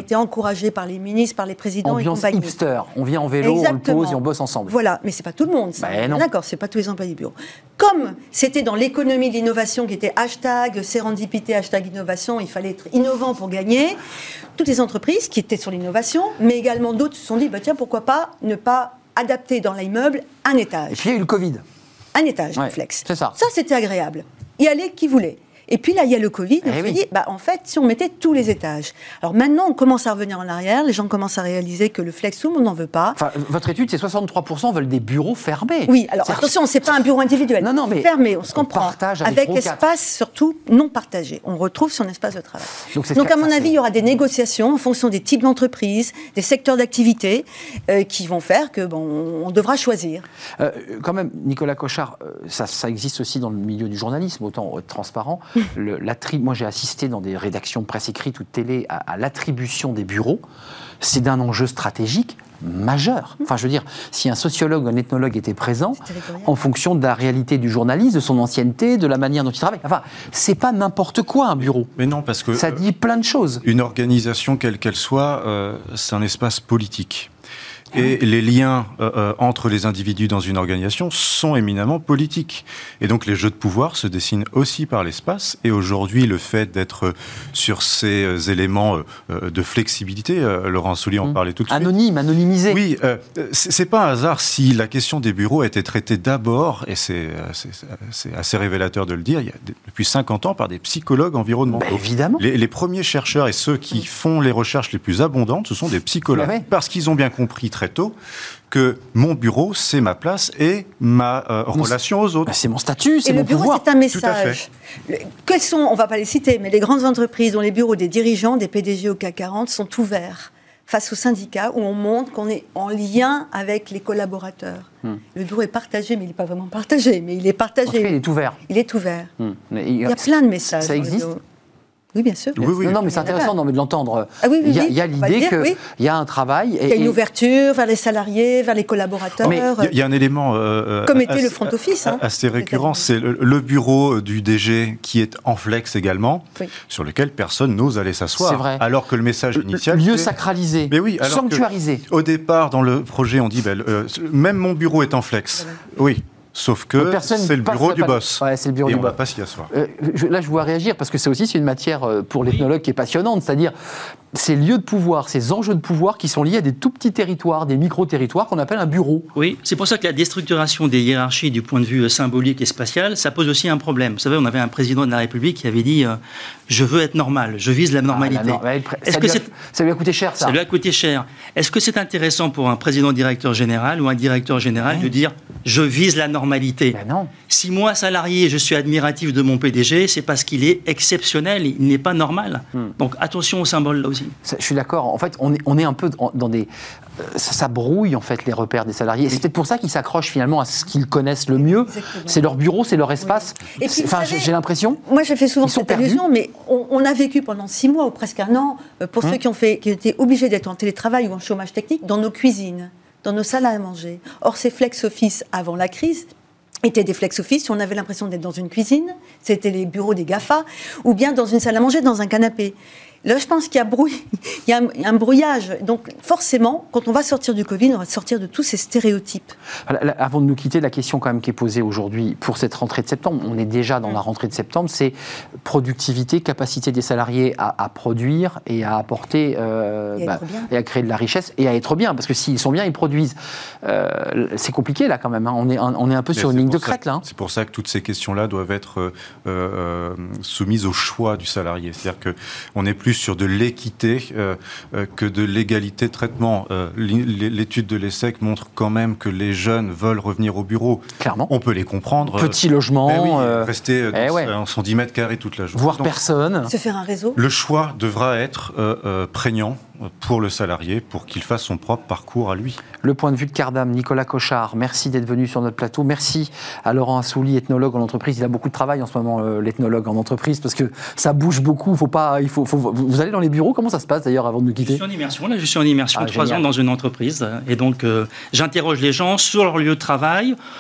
encouragé par les ministres, par les présidents Ambiance et compagnie. hipster. On vient en vélo, Exactement. on le pose et on bosse ensemble. Voilà, mais c'est pas tout le monde, ça. Ben non. D'accord, c'est pas tous les employés de bureau. Comme c'était dans l'économie de l'innovation qui était hashtag sérendipité, hashtag innovation, il fallait être innovant pour gagner, toutes les entreprises qui étaient sur l'innovation, mais également d'autres se sont dit, bah, tiens, pourquoi pas ne pas adapter dans l'immeuble un étage. Et puis il y a eu le Covid. Un étage, Ouais, flex. c'est ça. Ça, c'était agréable. Y aller qui voulait. Et puis là, il y a le Covid, Eh on s'est oui. dit, bah, en fait, si on mettait tous les étages. Alors maintenant, on commence à revenir en arrière, les gens commencent à réaliser que le flex, tout le monde n'en veut pas. Enfin, votre étude, c'est soixante-trois pour cent veulent des bureaux fermés. Oui, alors C'est-à-dire attention, c'est pas un bureau individuel. Non, non, mais fermé, on se on comprend. partage avec avec trois ou quatre. espace surtout non partagé. On retrouve son espace de travail. Donc, c'est Donc ça- à mon ça, avis, c'est- il y aura des négociations en fonction des types d'entreprises, des secteurs d'activité, euh, qui vont faire que bon, on devra choisir. Euh, quand même, Nicolas Cochard, euh, ça, ça existe aussi dans le milieu du journalisme, autant être transparent. Le, l'attri- moi, j'ai assisté dans des rédactions presse écrite ou de télé à, à l'attribution des bureaux. C'est d'un enjeu stratégique majeur. Enfin, je veux dire, si un sociologue ou un ethnologue était présent, C'est territorial. en fonction de la réalité du journaliste, de son ancienneté, de la manière dont il travaille. Enfin, c'est pas n'importe quoi un bureau. Mais non, parce que Ça euh, dit plein de choses. une organisation, quelle qu'elle soit, euh, c'est un espace politique. Et les liens euh, euh, entre les individus dans une organisation sont éminemment politiques. Et donc les jeux de pouvoir se dessinent aussi par l'espace. Et aujourd'hui, le fait d'être sur ces euh, éléments euh, de flexibilité, euh, Laurent Soulier en Mmh. parlait tout de suite. Anonyme, anonymisé. Oui, euh, c'est c'est pas un hasard si la question des bureaux a été traitée d'abord, et c'est euh, c'est- c'est assez révélateur de le dire, il y a, depuis cinquante ans par des psychologues environnementaux. Ben, évidemment. Les, les premiers chercheurs et ceux qui font les recherches les plus abondantes, ce sont des psychologues. Ben ouais. Parce qu'ils ont bien compris très tôt que mon bureau, c'est ma place et ma euh, Mon- relation aux autres. Ben, c'est mon statut, c'est Et mon le bureau, pouvoir. c'est un Tout à message. Le- quels sont, on ne va pas les citer, mais les grandes entreprises dont les bureaux des dirigeants, des P D G au C A C quarante sont ouverts face aux syndicats, où on montre qu'on est en lien avec les collaborateurs. Hmm. Le bureau est partagé, mais il n'est pas vraiment partagé, mais il est En tout cas, il partagé. est ouvert. Il est ouvert. Hmm. Mais il Il y a plein de messages. Ça dans le existe bureau. Oui, bien sûr. Oui, oui. Non, non, mais c'est Il y en a intéressant pas. non, mais de l'entendre. Ah oui, oui, il y a, oui, il y a on va l'idée le dire, qu'il oui. y a un travail. Il y a une et- ouverture vers les salariés, vers les collaborateurs. Mais Il y a- il y, a un élément euh, Comme euh, était le front office, hein. assez récurrent, c'est le, le bureau du D G qui est en flex également, Oui. sur lequel personne n'ose aller s'asseoir. C'est vrai. Alors que le message initial, lieu c'est- sacralisé, Mais oui, alors que- sanctuarisé. Au départ, dans le projet, on dit, ben, euh, même mon bureau est en flex. Oui, sauf que Personne c'est le passerait bureau du pas- boss. Ouais, c'est le bureau et du on ne va boss. pas s'y asseoir. Euh, je- là, je vois réagir parce que c'est aussi c'est une matière euh, pour l'ethnologue qui est passionnante, c'est-à-dire ces lieux de pouvoir, ces enjeux de pouvoir qui sont liés à des tout petits territoires, des micro-territoires qu'on appelle un bureau. Oui, c'est pour ça que la déstructuration des hiérarchies du point de vue symbolique et spatial, ça pose aussi un problème. Vous savez, on avait un président de la République qui avait dit euh, je veux être normal, je vise la normalité. Ah, la nor- ouais, le pré- Est-ce ça, que lui a, c'est ça lui a coûté cher, ça. Ça lui a coûté cher. Est-ce que c'est intéressant pour un président-directeur général ou un directeur général Ouais. de dire je vise la normalité? Ben non. Si moi, salarié, je suis admiratif de mon P D G, c'est parce qu'il est exceptionnel, il n'est pas normal. Hmm. Donc attention aux symboles là aussi. Ça, je suis d'accord. En fait, on est, on est un peu dans dans des. euh, Ça, ça brouille, en fait, les repères des salariés. Et c'est peut-être pour ça qu'ils s'accrochent finalement à ce qu'ils connaissent le mieux. Exactement. C'est leur bureau, c'est leur espace. Et puis, C'est- vous Enfin, savez, j'ai j'ai l'impression. Moi, j'ai fait souvent Ils sont cette perdus. allusion, mais on, on a vécu pendant six mois ou presque un an, euh, pour Hum. ceux qui ont fait, qui étaient obligés d'être en télétravail ou en chômage technique, dans nos cuisines, dans nos salles à manger. Or, ces flex office avant la crise étaient des flex office. Si on avait l'impression d'être dans une cuisine, c'était les bureaux des GAFA, ou bien dans une salle à manger, dans un canapé. Là, je pense qu'il y a, brouille, il y a un, un brouillage. Donc, forcément, quand on va sortir du Covid, on va sortir de tous ces stéréotypes. Voilà, là, avant de nous quitter, la question quand même qui est posée aujourd'hui pour cette rentrée de septembre, on est déjà dans la rentrée de septembre, c'est productivité, capacité des salariés à, à produire et à apporter, euh, Et à être bien. et à créer de la richesse et à être bien, parce que s'ils sont bien, ils produisent. Euh, c'est compliqué là quand même, hein. on, est, un- on est un peu Mais sur une c'est ligne de pour ça- crête là. hein. C'est pour ça que toutes ces questions-là doivent être euh, euh, soumises au choix du salarié. C'est-à-dire qu'on est plus sur de l'équité euh, euh, que de l'égalité de traitement. Euh, L'étude de l'ESSEC montre quand même que les jeunes veulent revenir au bureau. Clairement. On peut les comprendre. Petit logement, Ben oui, euh, rester dans eh ouais. en son dix mètres carrés toute la journée. voir Donc, personne. Se faire un réseau. le choix devra être euh, euh, prégnant pour le salarié, pour qu'il fasse son propre parcours à lui. Le point de vue de Cardam, Nicolas Cochard, merci d'être venu sur notre plateau. Merci à Laurent Assouli, ethnologue en entreprise. Il a beaucoup de travail en ce moment, euh, l'ethnologue en entreprise, parce que ça bouge beaucoup. Faut pas, il faut, faut- vous allez dans les bureaux, comment ça se passe d'ailleurs avant de nous Je quitter? suis en immersion, là je suis en immersion Ah, trois génial. ans dans une entreprise et donc euh, j'interroge les gens sur leur lieu de travail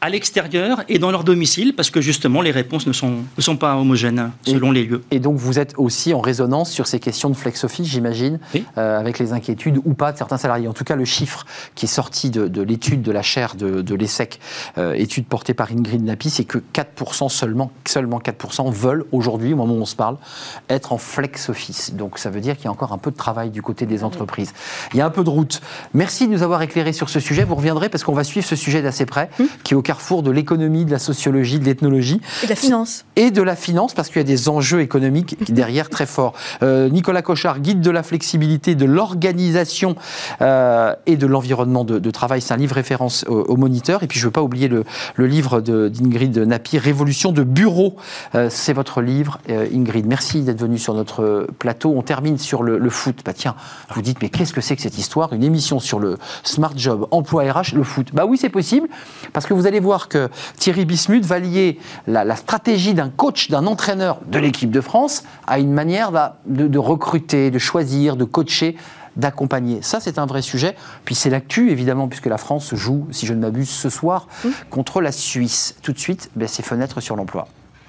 à l'extérieur et dans leur domicile, parce que justement, les réponses ne sont, ne sont pas homogènes selon et, les lieux. Et donc, vous êtes aussi en résonance sur ces questions de flex office, j'imagine, oui. euh, avec les inquiétudes ou pas de certains salariés. En tout cas, le chiffre qui est sorti de, de l'étude de la chaire de, de l'ESSEC, euh, étude portée par Ingrid Napi, c'est que quatre pour cent seulement, seulement quatre pour cent veulent aujourd'hui, au moment où on se parle, être en flex office. Donc, ça veut dire qu'il y a encore un peu de travail du côté des entreprises. Il y a un peu de route. Merci de nous avoir éclairé sur ce sujet. Vous reviendrez parce qu'on va suivre ce sujet d'assez près, mmh. qui est au carrefour de l'économie, de la sociologie, de l'ethnologie. Et de la finance. Et de la finance, parce qu'il y a des enjeux économiques derrière très forts. Euh, Nicolas Cochard, guide de la flexibilité, de l'organisation euh, et de l'environnement de, de travail. C'est un livre référence au, au Moniteur. Et puis, je ne veux pas oublier le, le livre de, d'Ingrid Napi, Révolution de bureau. Euh, c'est votre livre, euh, Ingrid. Merci d'être venue sur notre plateau. On termine sur le, le foot. Bah tiens, vous dites, mais qu'est-ce que c'est que cette histoire ? Une émission sur le Smart Job, emploi R H, le foot. Bah oui, c'est possible, parce que vous allez voir que Thierry Bismuth va lier la, la stratégie d'un coach, d'un entraîneur de l'équipe de France à une manière de, de recruter, de choisir, de coacher, d'accompagner. Ça, c'est un vrai sujet. Puis c'est l'actu, évidemment, puisque la France joue, si je ne m'abuse, ce soir, mmh. contre la Suisse. Tout de suite, ben, c'est Fenêtre sur l'emploi.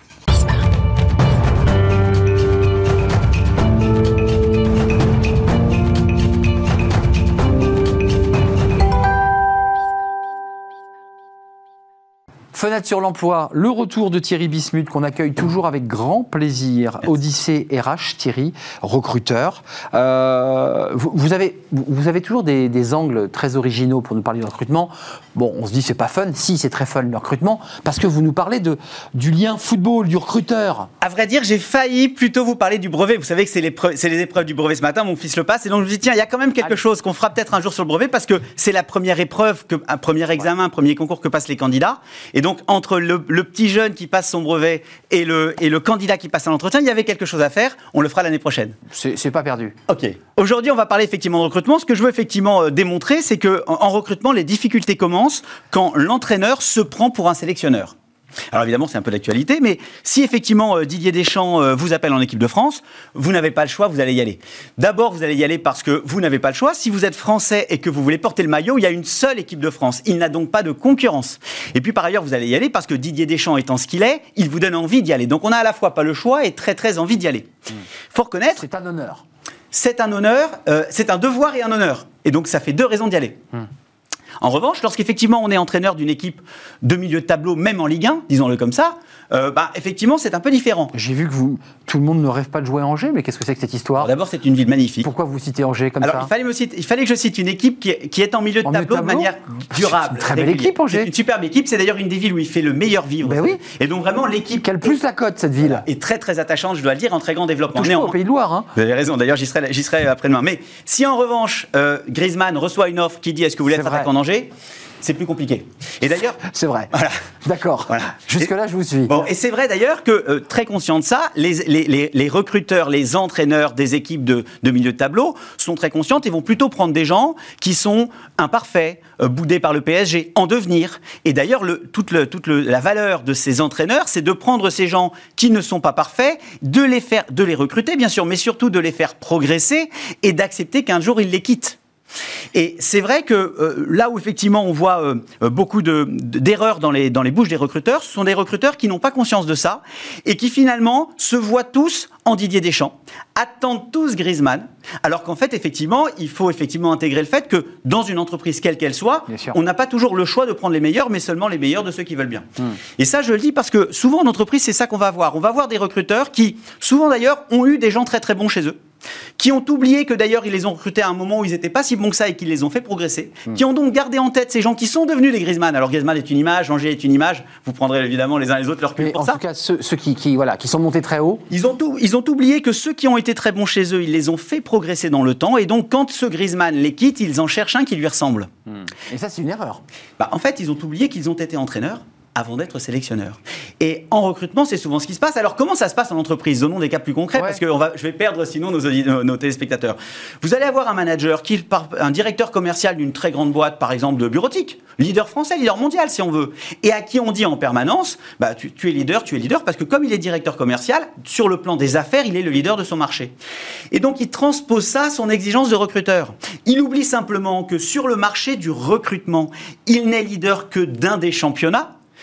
Fenêtre sur l'emploi, le retour de Thierry Bismuth qu'on accueille toujours avec grand plaisir. Odyssée R H, Thierry, recruteur. Euh, vous, vous, avez, vous avez toujours des, des angles très originaux pour nous parler de recrutement. Bon, on se dit c'est pas fun. Si, c'est très fun le recrutement, parce que vous nous parlez de, du lien football, du recruteur. À vrai dire, j'ai failli plutôt vous parler du brevet. Vous savez que c'est les, preuves, c'est les épreuves du brevet ce matin, mon fils le passe. Et donc je me dis, tiens, il y a quand même quelque Allez. chose qu'on fera peut-être un jour sur le brevet, parce que c'est la première épreuve, que, un premier examen, un premier concours que passent les candidats. Et donc, entre le, le petit jeune qui passe son brevet et le, et le candidat qui passe à l'entretien, il y avait quelque chose à faire. On le fera l'année prochaine. C'est, c'est pas perdu. Ok. Aujourd'hui, on va parler effectivement de recrutement. Ce que je veux effectivement euh, démontrer, c'est que en, en recrutement, les difficultés commencent quand l'entraîneur se prend pour un sélectionneur. Alors évidemment, c'est un peu d'actualité, mais si effectivement euh, Didier Deschamps euh, vous appelle en équipe de France, vous n'avez pas le choix, vous allez y aller. D'abord, vous allez y aller parce que vous n'avez pas le choix. Si vous êtes français et que vous voulez porter le maillot, il y a une seule équipe de France. Il n'a donc pas de concurrence. Et puis par ailleurs, vous allez y aller parce que Didier Deschamps étant ce qu'il est, il vous donne envie d'y aller. Donc on a à la fois pas le choix et très très envie d'y aller. Mmh. Faut reconnaître... C'est un honneur. C'est un honneur, euh, c'est un devoir et un honneur. Et donc ça fait deux raisons d'y aller. Mmh. En revanche, lorsqu'effectivement on est entraîneur d'une équipe de milieu de tableau, même en Ligue un, disons-le comme ça, euh, bah, effectivement c'est un peu différent. J'ai vu que vous, tout le monde ne rêve pas de jouer à Angers, mais qu'est-ce que c'est que cette histoire ? Alors, d'abord, c'est une ville magnifique. Pourquoi vous citez Angers comme Alors, ça ? il fallait, me citer, il fallait que je cite une équipe qui est, qui est en milieu de, en tableau, tableau de manière durable. C'est une très belle équipe, Angers. C'est une superbe équipe, c'est d'ailleurs une des villes où il fait le meilleur vivre. Ben oui. Et donc vraiment l'équipe... Quelle plus la cote, cette ville ? Est très très attachante, je dois le dire, en très grand développement. Touche pas au Pays de Loire. Hein. Vous avez raison, d'ailleurs j'y serai, j'y serai après-demain. Mais si en revanche, euh, Griezmann reçoit une offre qui dit est-ce que vous voulez être attaquant en Angers ? C'est plus compliqué. Et d'ailleurs, c'est vrai. Voilà. D'accord. Voilà. Jusque-là, je vous suis. Bon, et c'est vrai d'ailleurs que, euh, très conscient de ça, les, les, les, les recruteurs, les entraîneurs des équipes de, de milieu de tableau sont très conscients et vont plutôt prendre des gens qui sont imparfaits, euh, boudés par le P S G, en devenir. Et d'ailleurs, le, toute, le, toute le, la valeur de ces entraîneurs, c'est de prendre ces gens qui ne sont pas parfaits, de les faire, de les recruter, bien sûr, mais surtout de les faire progresser et d'accepter qu'un jour ils les quittent. Et c'est vrai que euh, là où effectivement on voit euh, beaucoup de, d'erreurs dans les, dans les bouches des recruteurs, ce sont des recruteurs qui n'ont pas conscience de ça et qui finalement se voient tous en Didier Deschamps, attendent tous Griezmann, alors qu'en fait effectivement il faut effectivement intégrer le fait que dans une entreprise quelle qu'elle soit, on n'a pas toujours le choix de prendre les meilleurs, mais seulement les meilleurs de ceux qui veulent bien. Mmh. Et ça je le dis parce que souvent en entreprise c'est ça qu'on va avoir. On va avoir des recruteurs qui souvent d'ailleurs ont eu des gens très très bons chez eux, qui ont oublié que d'ailleurs ils les ont recrutés à un moment où ils n'étaient pas si bons que ça et qu'ils les ont fait progresser, mmh. qui ont donc gardé en tête ces gens qui sont devenus des Griezmann. Alors Griezmann est une image, Angers est une image, vous prendrez évidemment les uns les autres leur cul pour en ça. En tout cas, ceux, ceux qui, qui, voilà, qui sont montés très haut. Ils ont, tout, ils ont oublié que ceux qui ont été très bons chez eux, ils les ont fait progresser dans le temps et donc quand ce Griezmann les quitte, ils en cherchent un qui lui ressemble. Mmh. Et ça c'est une erreur. Bah, en fait, ils ont oublié qu'ils ont été entraîneurs avant d'être sélectionneur. Et en recrutement, c'est souvent ce qui se passe. Alors, comment ça se passe en entreprise ? Donnons des cas plus concrets, ouais. parce que on va, je vais perdre sinon nos, nos, nos téléspectateurs. Vous allez avoir un manager, qui, un directeur commercial d'une très grande boîte, par exemple de bureautique, leader français, leader mondial si on veut, et à qui on dit en permanence, bah, tu, tu es leader, tu es leader, parce que comme il est directeur commercial, sur le plan des affaires, il est le leader de son marché. Et donc, il transpose ça à son exigence de recruteur. Il oublie simplement que sur le marché du recrutement, il n'est leader que d'un des championnats,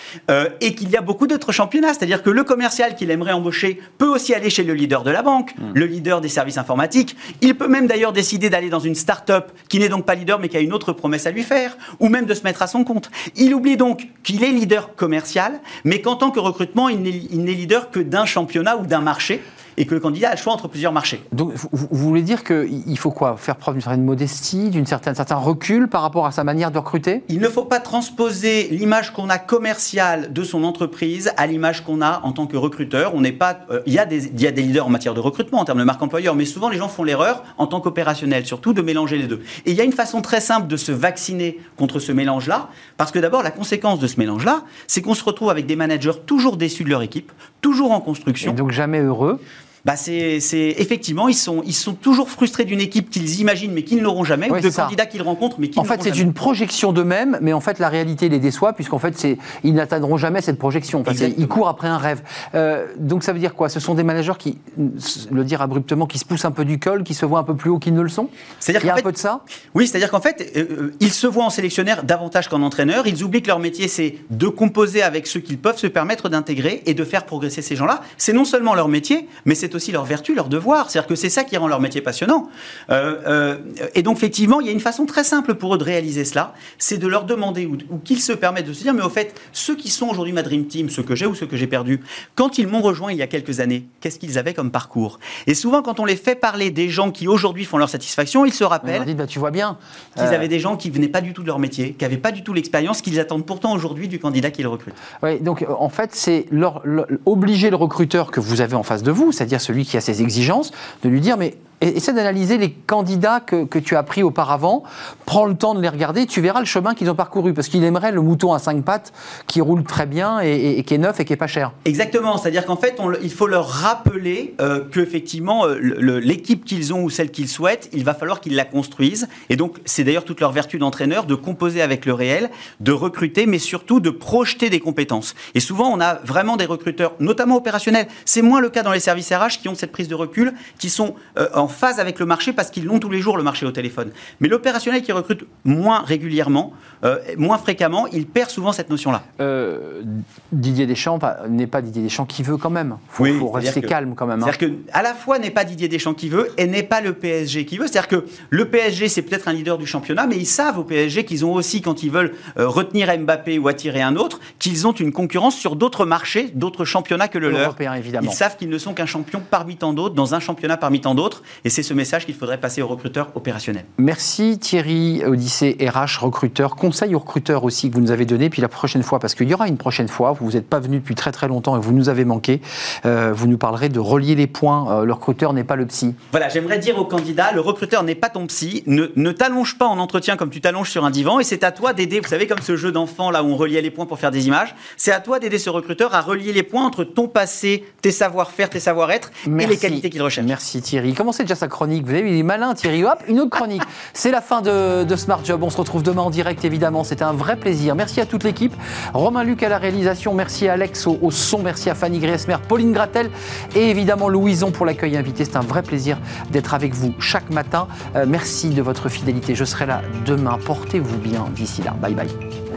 euh, et qu'il y a beaucoup d'autres championnats. C'est-à-dire que le commercial qu'il aimerait embaucher peut aussi aller chez le leader de la banque, mmh. le leader des services informatiques. Il peut même d'ailleurs décider d'aller dans une start-up qui n'est donc pas leader mais qui a une autre promesse à lui faire, ou même de se mettre à son compte. Il oublie donc qu'il est leader commercial, mais qu'en tant que recrutement, il n'est, il n'est leader que d'un championnat ou d'un marché, et que le candidat a le choix entre plusieurs marchés. Donc, vous, vous voulez dire qu'il faut quoi? Faire preuve d'une certaine modestie, d'une certaine certain recul par rapport à sa manière de recruter? Il ne faut pas transposer l'image qu'on a commerciale de son entreprise à l'image qu'on a en tant que recruteur. On n'est pas, euh, il y a des, il y a des leaders en matière de recrutement, en termes de marque employeur, mais souvent les gens font l'erreur en tant qu'opérationnel, surtout de mélanger les deux. Et il y a une façon très simple de se vacciner contre ce mélange-là, parce que d'abord, la conséquence de ce mélange-là, c'est qu'on se retrouve avec des managers toujours déçus de leur équipe, toujours en construction. Et donc jamais heureux. Bah c'est, c'est effectivement ils sont ils sont toujours frustrés d'une équipe qu'ils imaginent mais qu'ils n'auront jamais, oui, ou de ça. candidats qu'ils rencontrent mais qu'ils en fait n'auront c'est jamais. Une projection d'eux-mêmes, mais en fait la réalité les déçoit puisqu'en fait c'est ils n'atteindront jamais cette projection. Enfin, ils courent après un rêve. Euh, donc ça veut dire quoi? Ce sont des managers qui, le dire abruptement, qui se poussent un peu du col, qui se voient un peu plus haut qu'ils ne le sont. C'est-à-dire il y a un fait, peu de ça. Oui, c'est-à-dire qu'en fait euh, ils se voient en sélectionnaire davantage qu'en entraîneur. Ils oublient que leur métier c'est de composer avec ceux qu'ils peuvent se permettre d'intégrer et de faire progresser ces gens-là. C'est non seulement leur métier, mais c'est aussi leur vertu, leur devoir. C'est-à-dire que c'est ça qui rend leur métier passionnant. Euh, euh, et donc, effectivement, il y a une façon très simple pour eux de réaliser cela, c'est de leur demander, ou, ou qu'ils se permettent de se dire, mais au fait, ceux qui sont aujourd'hui ma Dream Team, ceux que j'ai ou ceux que j'ai perdus, quand ils m'ont rejoint il y a quelques années, qu'est-ce qu'ils avaient comme parcours? Et souvent, quand on les fait parler des gens qui aujourd'hui font leur satisfaction, ils se rappellent dit, bah, tu vois bien. qu'ils euh... avaient des gens qui venaient pas du tout de leur métier, qui n'avaient pas du tout l'expérience qu'ils attendent pourtant aujourd'hui du candidat qu'ils recrutent. Oui, donc en fait, c'est leur, leur, obliger le recruteur que vous avez en face de vous, c'est-à-dire celui qui a ses exigences, de lui dire, mais essaie d'analyser les candidats que, que tu as pris auparavant, prends le temps de les regarder, tu verras le chemin qu'ils ont parcouru, parce qu'il aimerait le mouton à cinq pattes qui roule très bien et, et, et qui est neuf et qui est pas cher. Exactement, c'est-à-dire qu'en fait, on, il faut leur rappeler euh, qu'effectivement, euh, le, l'équipe qu'ils ont ou celle qu'ils souhaitent, il va falloir qu'ils la construisent, et donc c'est d'ailleurs toute leur vertu d'entraîneur, de composer avec le réel, de recruter, mais surtout de projeter des compétences. Et souvent, on a vraiment des recruteurs, notamment opérationnels, c'est moins le cas dans les services R H qui ont cette prise de recul, qui sont euh, en phase avec le marché parce qu'ils l'ont tous les jours, le marché au téléphone. Mais l'opérationnel qui recrute moins régulièrement, euh, moins fréquemment, il perd souvent cette notion-là. Euh, Didier Deschamps bah, n'est pas Didier Deschamps qui veut quand même. Il faut, oui, faut rester que, calme quand même. Hein. C'est-à-dire qu'à la fois n'est pas Didier Deschamps qui veut et n'est pas le P S G qui veut. C'est-à-dire que le P S G, c'est peut-être un leader du championnat, mais ils savent au P S G qu'ils ont aussi, quand ils veulent euh, retenir Mbappé ou attirer un autre, qu'ils ont une concurrence sur d'autres marchés, d'autres championnats que le leur. Évidemment. Ils savent qu'ils ne sont qu'un champion parmi tant d'autres, dans un championnat parmi tant d'autres. Et c'est ce message qu'il faudrait passer aux recruteurs opérationnels. Merci Thierry Odyssey, R H, recruteur, conseil aux recruteurs aussi que vous nous avez donné. Puis la prochaine fois, parce qu'il y aura une prochaine fois, vous n'êtes pas venu depuis très très longtemps et vous nous avez manqué, euh, vous nous parlerez de relier les points. Euh, le recruteur n'est pas le psy. Voilà, j'aimerais dire aux candidats, le recruteur n'est pas ton psy. Ne, ne t'allonge pas en entretien comme tu t'allonges sur un divan et c'est à toi d'aider, vous savez, comme ce jeu d'enfant là où on reliait les points pour faire des images, c'est à toi d'aider ce recruteur à relier les points entre ton passé, tes savoir-faire, tes savoir-être Merci. et les qualités qu'il recherche. Merci Thierry. Comment c'est déjà sa chronique? Vous avez vu, il est malin Thierry. Hop, une autre chronique. C'est la fin de, de Smart Job. On se retrouve demain en direct, évidemment. C'était un vrai plaisir. Merci à toute l'équipe. Romain Luc à la réalisation. Merci à Alex au, au son. Merci à Fanny Griesmer, Pauline Gratel et évidemment Louison pour l'accueil invité. C'est un vrai plaisir d'être avec vous chaque matin. Euh, merci de votre fidélité. Je serai là demain. Portez-vous bien d'ici là. Bye bye.